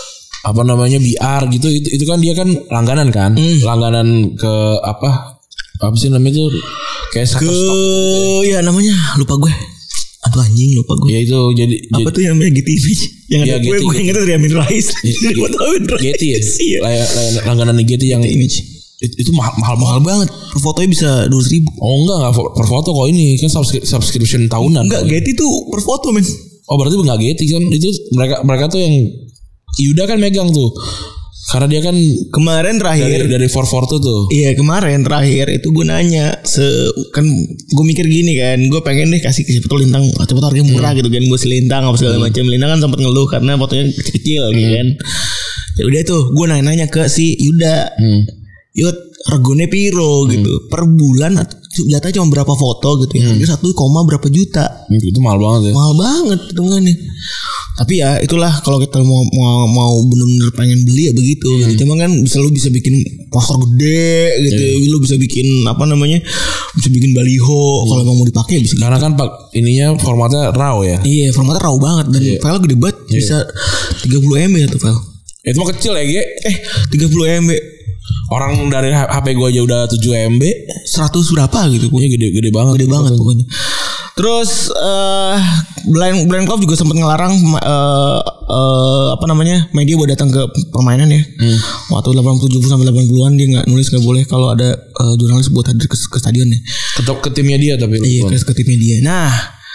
apa namanya B R gitu, itu itu kan dia kan langganan kan, hmm. langganan ke apa apa sih namanya itu kayak ke gitu. Ya namanya lupa gue. Aduh anjing lupa gue. Ya itu jadi apa jadi, tuh yang namanya G T V yang ya, ada gue gue ingetnya dari Amin Rais. Gue tahu G T ya. Layanan langganan G T yang image. Itu, itu mahal mahal mahal banget. Per fotonya bisa dua ratus ribu. Oh enggak enggak per foto kok ini kan subscription tahunan. Enggak G T tuh per foto men. Oh berarti enggak G T kan itu mereka mereka tuh yang Yuda kan megang tuh. Karena dia kan kemarin terakhir dari, dari four forty tuh. Iya kemarin terakhir itu gue nanya se kan gue mikir gini kan, gue pengen deh kasih ke siapa Lintang cepet harganya murah hmm. gitu kan, gue si Lintang apa segala hmm. macam. Lintang kan sempat ngeluh karena fotonya kecil-kecil hmm. gitu kan. Ya udah tuh gue nanya-nanya ke si Yuda, hmm. Yud regone piro hmm. gitu per bulan jatah cuma berapa foto gitu ya, hmm. satu koma berapa juta. Hmm, itu mahal banget ya. Mahal banget hitungannya. Tapi ya itulah kalau kita mau mau mau benar-benar pengen beli ya begitu. Hmm. Gitu. Cuma kan bisa lu bisa bikin poster gede gitu, yeah. lu bisa bikin apa namanya, bisa bikin baliho. Hmm. Kalau mau dipakai bisa. Karena gitu. kan pak ininya formatnya raw ya. Iya formatnya raw banget dan yeah. file gede banget yeah. bisa tiga puluh M B ya tuh file. Itu mah kecil ya Ge. Eh tiga puluh M B. Orang dari H P gue aja udah tujuh M B, seratus berapa gitu. Iya gede gede banget. Gede banget pokoknya. Terus uh, Blind Blind Club juga sempat ngelarang uh, uh, apa namanya media buat datang ke permainan ya. Hmm. Waktu delapan puluh tujuh sampai delapan puluhan dia nggak nulis nggak boleh kalau ada uh, jurnalis buat hadir ke, ke stadion ya. Ke, ke timnya dia tapi. Iya ke, ke timnya dia. Nah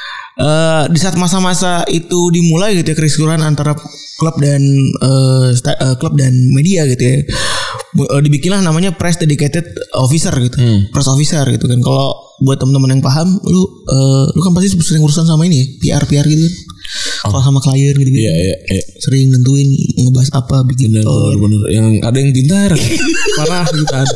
uh, di saat masa-masa itu dimulai gitu ya kerusuhan antara klub dan uh, sta- uh, klub dan media gitu ya. Uh, dibikinlah namanya press dedicated officer gitu, hmm. press officer gitu kan. Kalau buat teman-teman yang paham, lu uh, lu kan pasti sering urusan sama ini ya, P R P R gitu kan. Oh. Kalau sama klien gitu, gitu. Iya, iya, iya. Sering nentuin ngebahas apa bikin. Bener, oh. bener, bener. Yang ada yang pintar, parah gitu kan.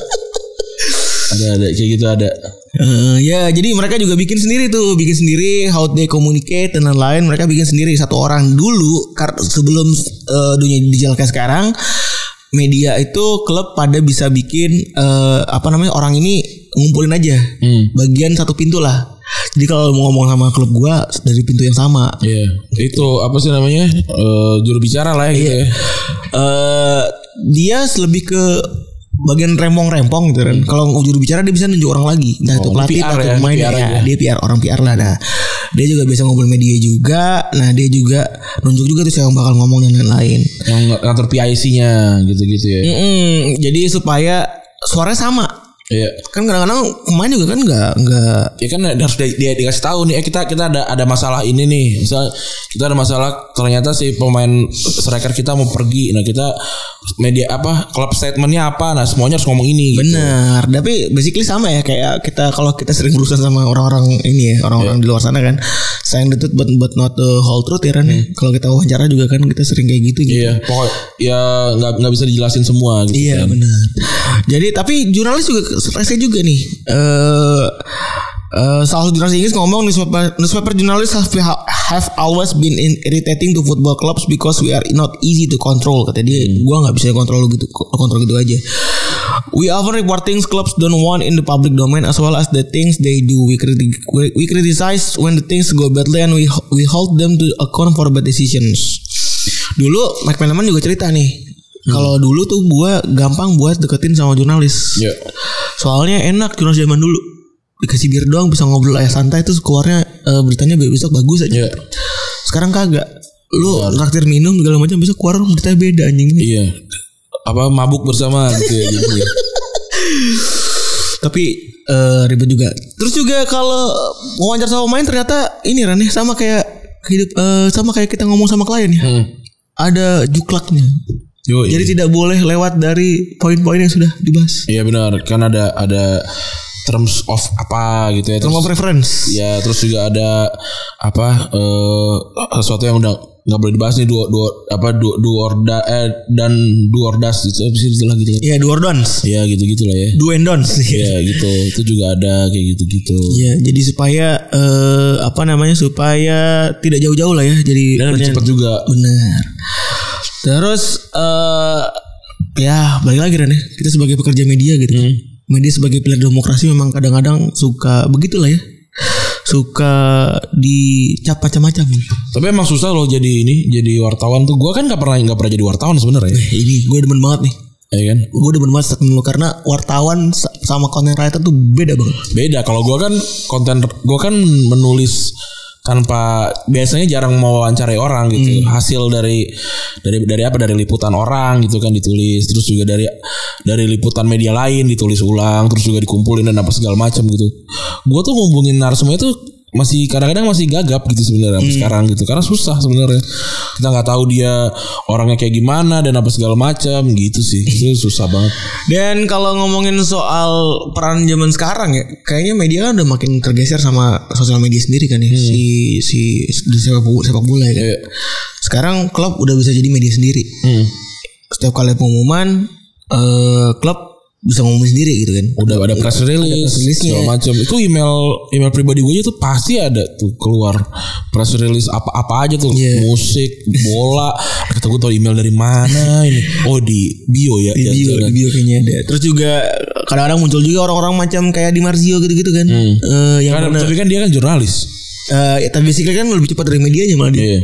Ada ada kayak gitu ada. Uh, ya jadi mereka juga bikin sendiri tuh, bikin sendiri how they communicate dan lain-lain. Mereka bikin sendiri satu orang dulu karena sebelum uh, dunia digital kayak sekarang. Media itu klub pada bisa bikin uh, apa namanya orang ini ngumpulin aja hmm. bagian satu pintu lah. Jadi kalau mau ngomong sama klub gua dari pintu yang sama. Iya. Yeah. Itu apa sih namanya uh, juru bicara lah ya gitu ya. Uh, dia lebih ke bagian rempong-rempong gitu kan. Hmm. Kalau juru bicara dia bisa nunjuk orang lagi. Entah oh, itu pelatih atau ya, pemain ya. Ya. Dia P R orang P R lah. Nah, dia juga bisa ngobrol media juga. Nah, dia juga nunjuk juga tuh siapa yang bakal ngomong dan lain-lain. Yang ngatur P I C-nya gitu-gitu ya. Mm-mm. Jadi supaya suaranya sama. Iya. Kan kadang-kadang pemain juga kan enggak enggak ya kan harus dia, dia dikasih tahu nih eh kita kita ada ada masalah ini nih. Misal kita ada masalah ternyata si pemain striker kita mau pergi. Nah, kita media apa klub statementnya apa. Nah, semuanya harus ngomong ini gitu. Benar. Tapi basically sama ya kayak kita kalau kita sering berurusan sama orang-orang ini ya, orang-orang yeah. di luar sana kan. Sayang the truth but, but not the whole truth ya kan. Hmm. Kalau kita wawancara juga kan kita sering kayak gitu gitu. Iya, pokoknya ya enggak enggak bisa dijelasin semua gitu. Iya, kan. Benar. Jadi tapi jurnalis juga saya juga nih uh, uh, salah satu jurnalis Inggris ngomong newspaper, newspaper journalists have, have always been in irritating to football clubs because we are not easy to control. Kata dia, hmm. gue nggak bisa kontrol gitu, kontrol gitu aja. We often report things clubs don't want in the public domain as well as the things they do. We, criti- we criticize when the things go badly and we we hold them to account for bad decisions. Dulu Mike Meneman juga cerita nih. Hmm. Kalau dulu tuh gue gampang buat deketin sama jurnalis. Yeah. Soalnya enak jurnalis zaman dulu. Dikasih bir doang bisa ngobrol aja santai terus keluarnya uh, beritanya besok bagus aja. Yeah. Sekarang kagak. Lu yeah. traktir minum segala macam besok keluar beritanya beda anjing. Iya. Yeah. Apa mabuk bersama gitu ya. Gitu. Tapi uh, ribet juga. Terus juga kalau wawancara sama pemain ternyata ini Ran ya, sama kayak hidup uh, sama kayak kita ngomong sama klien ya. Hmm. Ada juklaknya. Yo, iya. Jadi tidak boleh lewat dari poin-poin yang sudah dibahas. Iya benar, kan ada ada terms of apa gitu ya. Terms of reference. Ya, terus juga ada apa uh, sesuatu yang udah nggak boleh dibahas nih, dua dua apa dua dua orda eh, dan dua ordas gitu, apa sih istilah gitu. Iya, dua ordons. Iya, gitu-gitulah ya. Dua endons. Iya, gitu. Itu juga ada kayak gitu-gitu. Iya, jadi supaya uh, apa namanya? Supaya tidak jauh-jauh lah ya. Jadi dan lebih cepat juga. Benar. Terus uh, ya balik lagi Ren ya, kita sebagai pekerja media gitu. Hmm. Media sebagai pilar demokrasi memang kadang-kadang suka begitulah ya. Suka dicap macam-macam. Tapi emang susah loh jadi ini, jadi wartawan tuh. Gue kan nggak pernah nggak pernah jadi wartawan sebenarnya. Eh, ini gue demen banget nih. Iya kan? Gue demen banget statement lu, karena wartawan sama content writer tuh beda banget. Beda. Kalau gue kan konten, gue kan menulis tanpa, biasanya jarang mau wawancarai orang gitu. Hmm. Hasil dari dari dari apa dari liputan orang gitu kan ditulis, terus juga dari dari liputan media lain ditulis ulang, terus juga dikumpulin dan apa segala macam gitu. Gue tuh ngubungin narasumnya itu masih kadang-kadang masih gagap gitu sebenarnya sampai hmm. sekarang gitu, karena susah sebenarnya. Kita nggak tahu dia orangnya kayak gimana dan apa segala macam gitu sih. Itu susah banget. Dan kalau ngomongin soal peran zaman sekarang ya, kayaknya media kan udah makin tergeser sama sosial media sendiri kan ya. Hmm. Si si di sepak bola, sepak bola ya kan. Yeah. Sekarang klub udah bisa jadi media sendiri. Hmm. Setiap kali pengumuman uh, klub bisa ngomong sendiri gitu kan. Udah ada press release segala macam. Itu email email pribadi gue tuh pasti ada tuh keluar press release apa-apa aja tuh. Yeah. Musik, bola. Kata gue tau email dari mana ini. Oh di bio ya. Di bio, di bio kayaknya ada. Terus juga kadang-kadang muncul juga orang-orang macam kayak Di Marzio gitu-gitu kan. Hmm. Uh, yang kan, tapi kan dia kan jurnalis. Uh, tapi basically kan lebih cepat dari medianya malah dia. Yeah.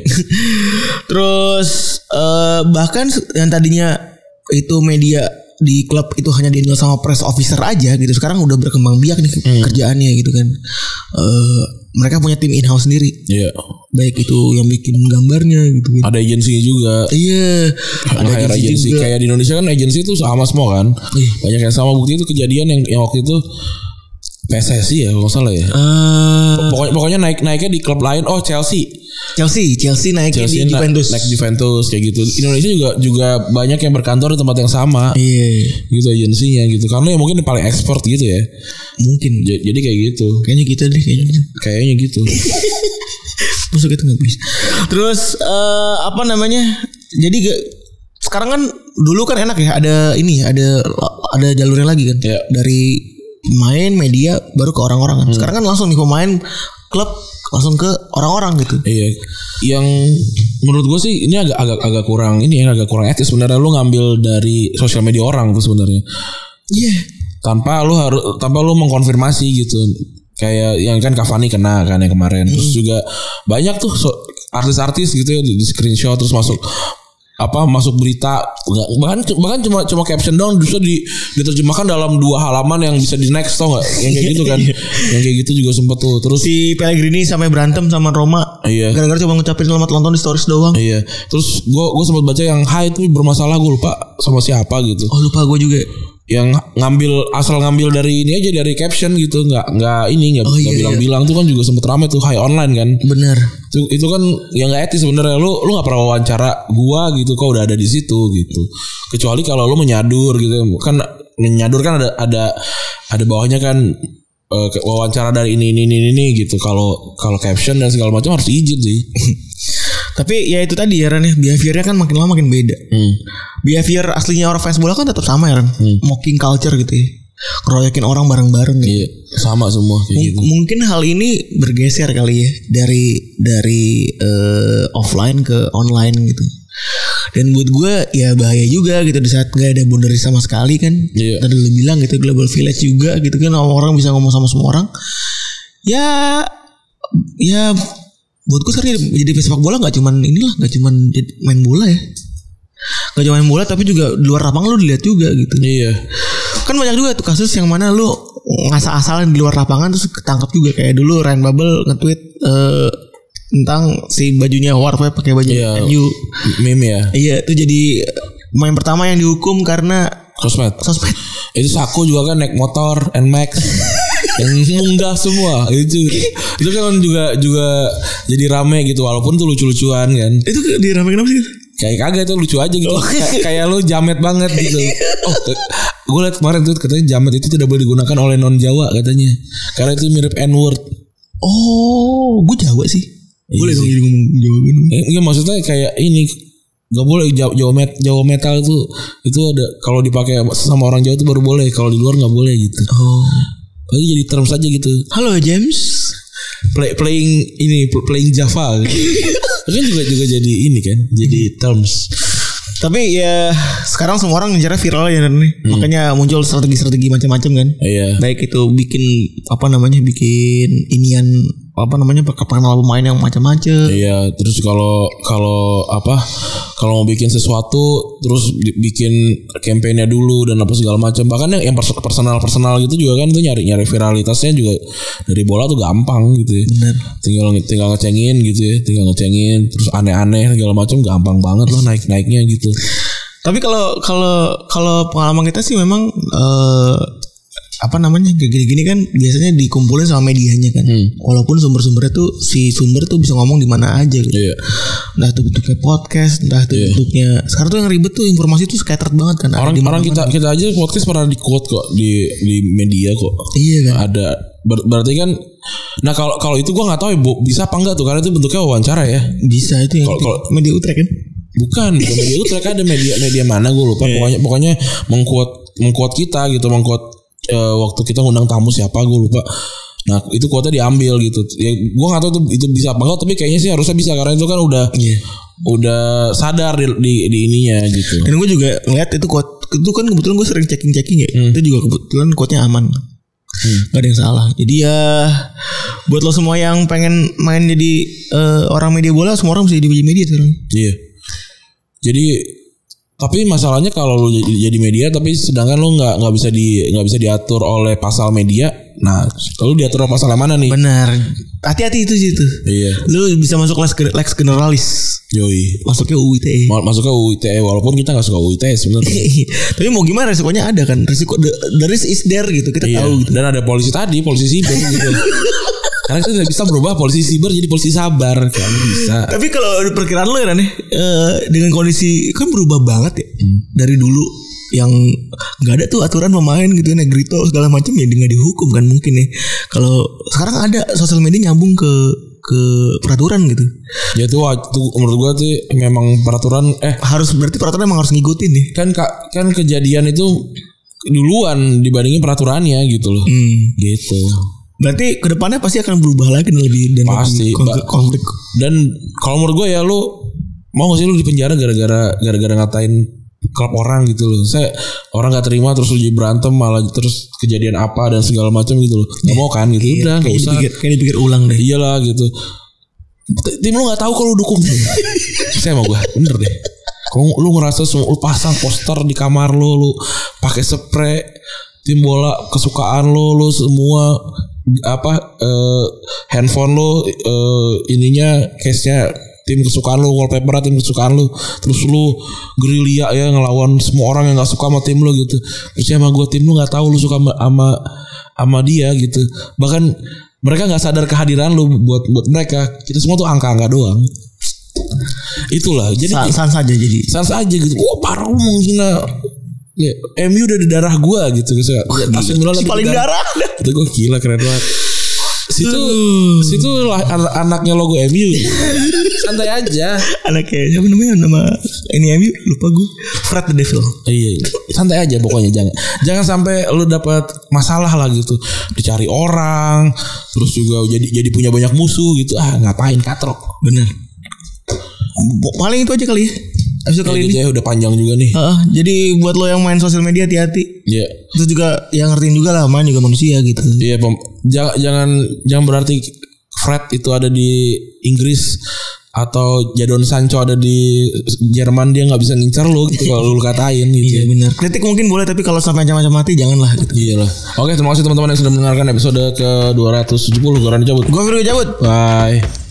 Terus uh, bahkan yang tadinya itu media di klub itu hanya dihandle sama press officer aja gitu, sekarang udah berkembang biak nih hmm. kerjaannya gitu kan. Uh, mereka punya tim in house sendiri. Iya. Yeah. Baik itu yang bikin gambarnya gitu kan. Ada agensi juga. Iya. Ada agensi. Kayak di Indonesia kan agensi itu sama semua kan. Ih. Banyak yang sama. Bukti itu kejadian yang, yang waktu itu P S S I ya kalau salah ya. Uh, pokoknya pokoknya naik naiknya di klub lain. Oh Chelsea. Chelsea, Chelsea naiknya Chelsea di Juventus. Naik Juventus kayak gitu. Indonesia juga juga banyak yang berkantor di tempat yang sama. Iya. Gitu agensinya gitu. Karena ya mungkin paling ekspor gitu ya. Mungkin. J- jadi kayak gitu. Kayaknya gitu deh kayaknya. Kayaknya gitu. Masuk itu nggak bisa. Terus uh, apa namanya? Jadi gak, sekarang kan dulu kan enak ya, ada ini ada ada jalurnya lagi kan. Yeah. Dari pemain, media, baru ke orang-orang kan. Hmm. Sekarang kan langsung nih pemain klub langsung ke orang-orang gitu. Iya. Yang menurut gue sih ini agak agak agak kurang ini ya, agak kurang etis sebenarnya. Lu ngambil dari sosial media orang tuh sebenarnya. Iya. Yeah. Tanpa lu harus tanpa lu mengkonfirmasi gitu. Kayak yang kan Cavani kena kan yang kemarin. Hmm. Terus juga banyak tuh so, artis-artis gitu ya di, di screenshot terus masuk apa masuk berita, bahkan bahkan cuma cuma caption doang justru di diterjemahkan dalam dua halaman yang bisa di next, tau nggak yang kayak gitu kan. Yang kayak gitu juga sempet tuh. Terus si Pellegrini sampai berantem sama Roma. Iya. Gara-gara cuma ngucapin selamat ulang tahun di stories doang. Iya. Terus gue gue sempat baca yang hai itu bermasalah, gue lupa sama siapa gitu. Oh lupa gue juga. Yang ngambil asal ngambil dari ini aja, dari caption gitu, nggak nggak ini nggak oh, iya, bilang-bilang iya. Tuh kan juga sempet ramai tuh hai online kan. Bener. Itu itu kan yang nggak etis sebenarnya. Lu lu nggak pernah wawancara gua gitu, kok udah ada di situ gitu. Kecuali kalau lu menyadur gitu kan, menyadur kan ada ada ada bawahnya kan uh, wawancara dari ini ini ini ini gitu. Kalau kalau caption dan segala macam harus izin sih. Tapi ya itu tadi ya Ran ya, behaviornya kan makin lama makin beda. Hmm. Behavior aslinya orang fans bola kan tetap sama ya Ran. Hmm. Mocking culture gitu ya, ngeroyokin orang bareng-bareng gitu. Iya, sama semua kayak M- gitu. Mungkin hal ini bergeser kali ya dari dari uh, offline ke online gitu. Dan buat gue ya bahaya juga gitu di saat gak ada boundary sama sekali kan. Yeah. Tadi lu bilang gitu global village juga gitu kan, orang bisa ngomong sama semua orang. Ya ya buat gue sering jadi sepak bola nggak cuman inilah, nggak cuman main bola ya, nggak cuma main bola tapi juga di luar lapangan lu dilihat juga gitu. Iya. Kan banyak juga tuh kasus yang mana lu ngasal-asalan di luar lapangan terus ketangkap juga, kayak dulu Ryan Babel nge-tweet uh, tentang si bajunya Howard pakai baju iya, M U. Meme ya. Iya, itu jadi pemain pertama yang dihukum karena sosmed. Sosmed. Itu Saku juga kan naik motor N-Max yang munggah semua itu itu kan juga juga jadi rame gitu walaupun tuh lucu-lucuan kan. Itu dirame kenapa sih? Kayak kagak itu lucu aja gitu. Oh. Kay- kayak lu jamet banget gitu. Oh, gue liat kemarin tuh katanya jamet itu tidak boleh digunakan oleh non Jawa katanya karena itu mirip N-word. Oh, gue Jawa sih. Boleh dong jadi ngomong Jawa gini. Iya maksudnya kayak ini nggak boleh Jawa met Jawa metal itu itu ada kalau dipakai sama orang Jawa itu baru boleh kalau di luar nggak boleh gitu. Oh. Lagi jadi term saja gitu. Halo James. Play, playing ini playing Java. Gitu. Kan juga juga jadi ini kan, jadi terms. Tapi ya sekarang semua orang ngejar viral ya nih. Hmm. Makanya muncul strategi-strategi macam-macam kan. Iya. Baik itu bikin apa namanya bikin inian apa namanya perkenalan pemain yang macam-macam. Iya, terus kalau kalau apa kalau mau bikin sesuatu terus bikin kampanye dulu dan apa segala macam. Bahkan yang personal-personal gitu juga kan itu nyari-nyari viralitasnya juga dari bola tuh gampang gitu ya. Benar. Tinggal tinggal ngecengin gitu ya, tinggal ngecengin terus aneh-aneh segala macam gampang banget lah naik-naiknya gitu. Tapi kalau kalau kalau pengalaman kita sih memang uh, apa namanya kayak gini-gini kan biasanya dikumpulin sama medianya kan. Hmm. Walaupun sumber-sumbernya tuh si sumber tuh bisa ngomong di mana aja gitu. Iya. Entah itu bentuknya podcast, entah itu yeah. bentuknya. Sekarang tuh yang ribet tuh informasi tuh scattered banget kan. Orang orang kita gitu. Kita aja podcast pernah di quote kok di di media kok. Iya kan. Ada ber, berarti kan. Nah kalau kalau itu gua nggak tahu ya bisa apa enggak tuh karena itu bentuknya wawancara ya. Bisa itu yang kalo, media Utrecht kan. Bukan, bukan media Utrecht ada media media mana gue lupa. Yeah. Pokoknya pokoknya mengquote mengquote kita gitu mengquote Uh, waktu kita ngundang tamu siapa gue lupa. Nah itu kuota diambil gitu. Ya gue nggak tahu itu, itu bisa apa enggak tapi kayaknya sih harusnya bisa karena itu kan udah yeah. udah sadar di, di, di ininya gitu. Dan gue juga ngeliat itu quote itu kan kebetulan gue sering checking checking ya. Hmm. Itu juga kebetulan quote-nya aman. Hmm. Gak ada yang salah. Jadi ya buat lo semua yang pengen main jadi uh, orang media bola semua orang bisa jadi media sekarang. Iya. Yeah. Jadi tapi masalahnya kalau lu jadi media tapi sedangkan lu nggak nggak bisa di nggak bisa diatur oleh pasal media. Nah, kalau diatur oleh pasal yang mana nih? Benar. Hati-hati itu sih itu. Iya. Lu bisa masuk lex lex generalis. Yoi. Masuknya U U I T E. Masuknya U U I T E walaupun kita nggak suka U U I T E sebenarnya. Tapi mau gimana resikonya ada kan? Resiko the, the risk is there gitu kita iya. tahu gitu. Dan ada polisi tadi, polisi siber gitu. Karena kita tidak bisa berubah polisi siber jadi polisi sabar kan bisa. Tapi kalau perkiraan lo ya nih uh, dengan kondisi kan berubah banget ya hmm. dari dulu yang nggak ada tuh aturan pemain gitu ya Negrito segala macam ya nggak dihukum kan mungkin ya. Kalau sekarang ada sosial media nyambung ke ke peraturan gitu. Ya tuh waktu menurut gua tuh memang peraturan eh harus berarti peraturan emang harus ngikutin nih. Kan kak kan kejadian itu duluan dibandingin peraturannya gitu loh. Hmm. Gitu. Berarti kedepannya pasti akan berubah lagi lebih dan pasti konflik, konflik. Dan kalau menurut gue ya lu mau gak sih lu di penjara gara-gara gara-gara ngatain klub orang gitu loh. Saya orang gak terima terus lu jadi berantem malah terus kejadian apa dan segala macam gitu loh. Gak mau kan gitu. Iya, udah gak usah. Dipikir, kayak dipikir ulang deh. Iyalah gitu. Tim lu gak tahu kalau lu dukung. Saya mau gue bener deh. Kalau lu ngerasa semua lu pasang poster di kamar lu, lu pakai spray tim bola kesukaan lu, lu semua apa uh, handphone lu uh, ininya case-nya tim kesukaan lu, wallpaper tim kesukaan lu, terus lu gerilya ya ngelawan semua orang yang nggak suka sama tim lu gitu. Terus sama gue tim lu nggak tahu lu suka sama sama dia gitu. Bahkan mereka nggak sadar kehadiran lu buat buat mereka. Kita semua tuh angka-angka doang. Itulah. Jadi sans aja jadi. Sans aja gitu. Wah parah lu menghina. Ya, M U udah di darah gue gitu. Si paling darah. Itu gue gila keren banget. Situ uh. situ lah an- anaknya logo M U. Santai aja. Anaknya siapa namanya nama ini M U lupa gue. Fred the Devil. Iya, santai aja pokoknya jangan jangan sampai lu dapat masalah lah gitu. Dicari orang, terus juga jadi jadi punya banyak musuh gitu. Ah, ngapain katrok. Bener. Paling itu aja kali ya. Episode ya, kali ini ya udah panjang juga nih. Uh, jadi buat lo yang main sosial media hati-hati. Iya. Yeah. Terus juga yang ngertiin juga lah main juga manusia gitu. Iya, yeah, jangan jangan jangan berarti Fred itu ada di Inggris atau Jadon Sancho ada di Jerman dia nggak bisa ngincar lo gitu kalau lu katain gitu. Iya benar. Kritik mungkin boleh tapi kalau sampai macam-macam mati janganlah gitu. Iyalah. Oke, terima kasih teman-teman yang sudah mendengarkan episode ke dua ratus tujuh puluh. Gue Rani cabut. Gue Firgo cabut. Bye.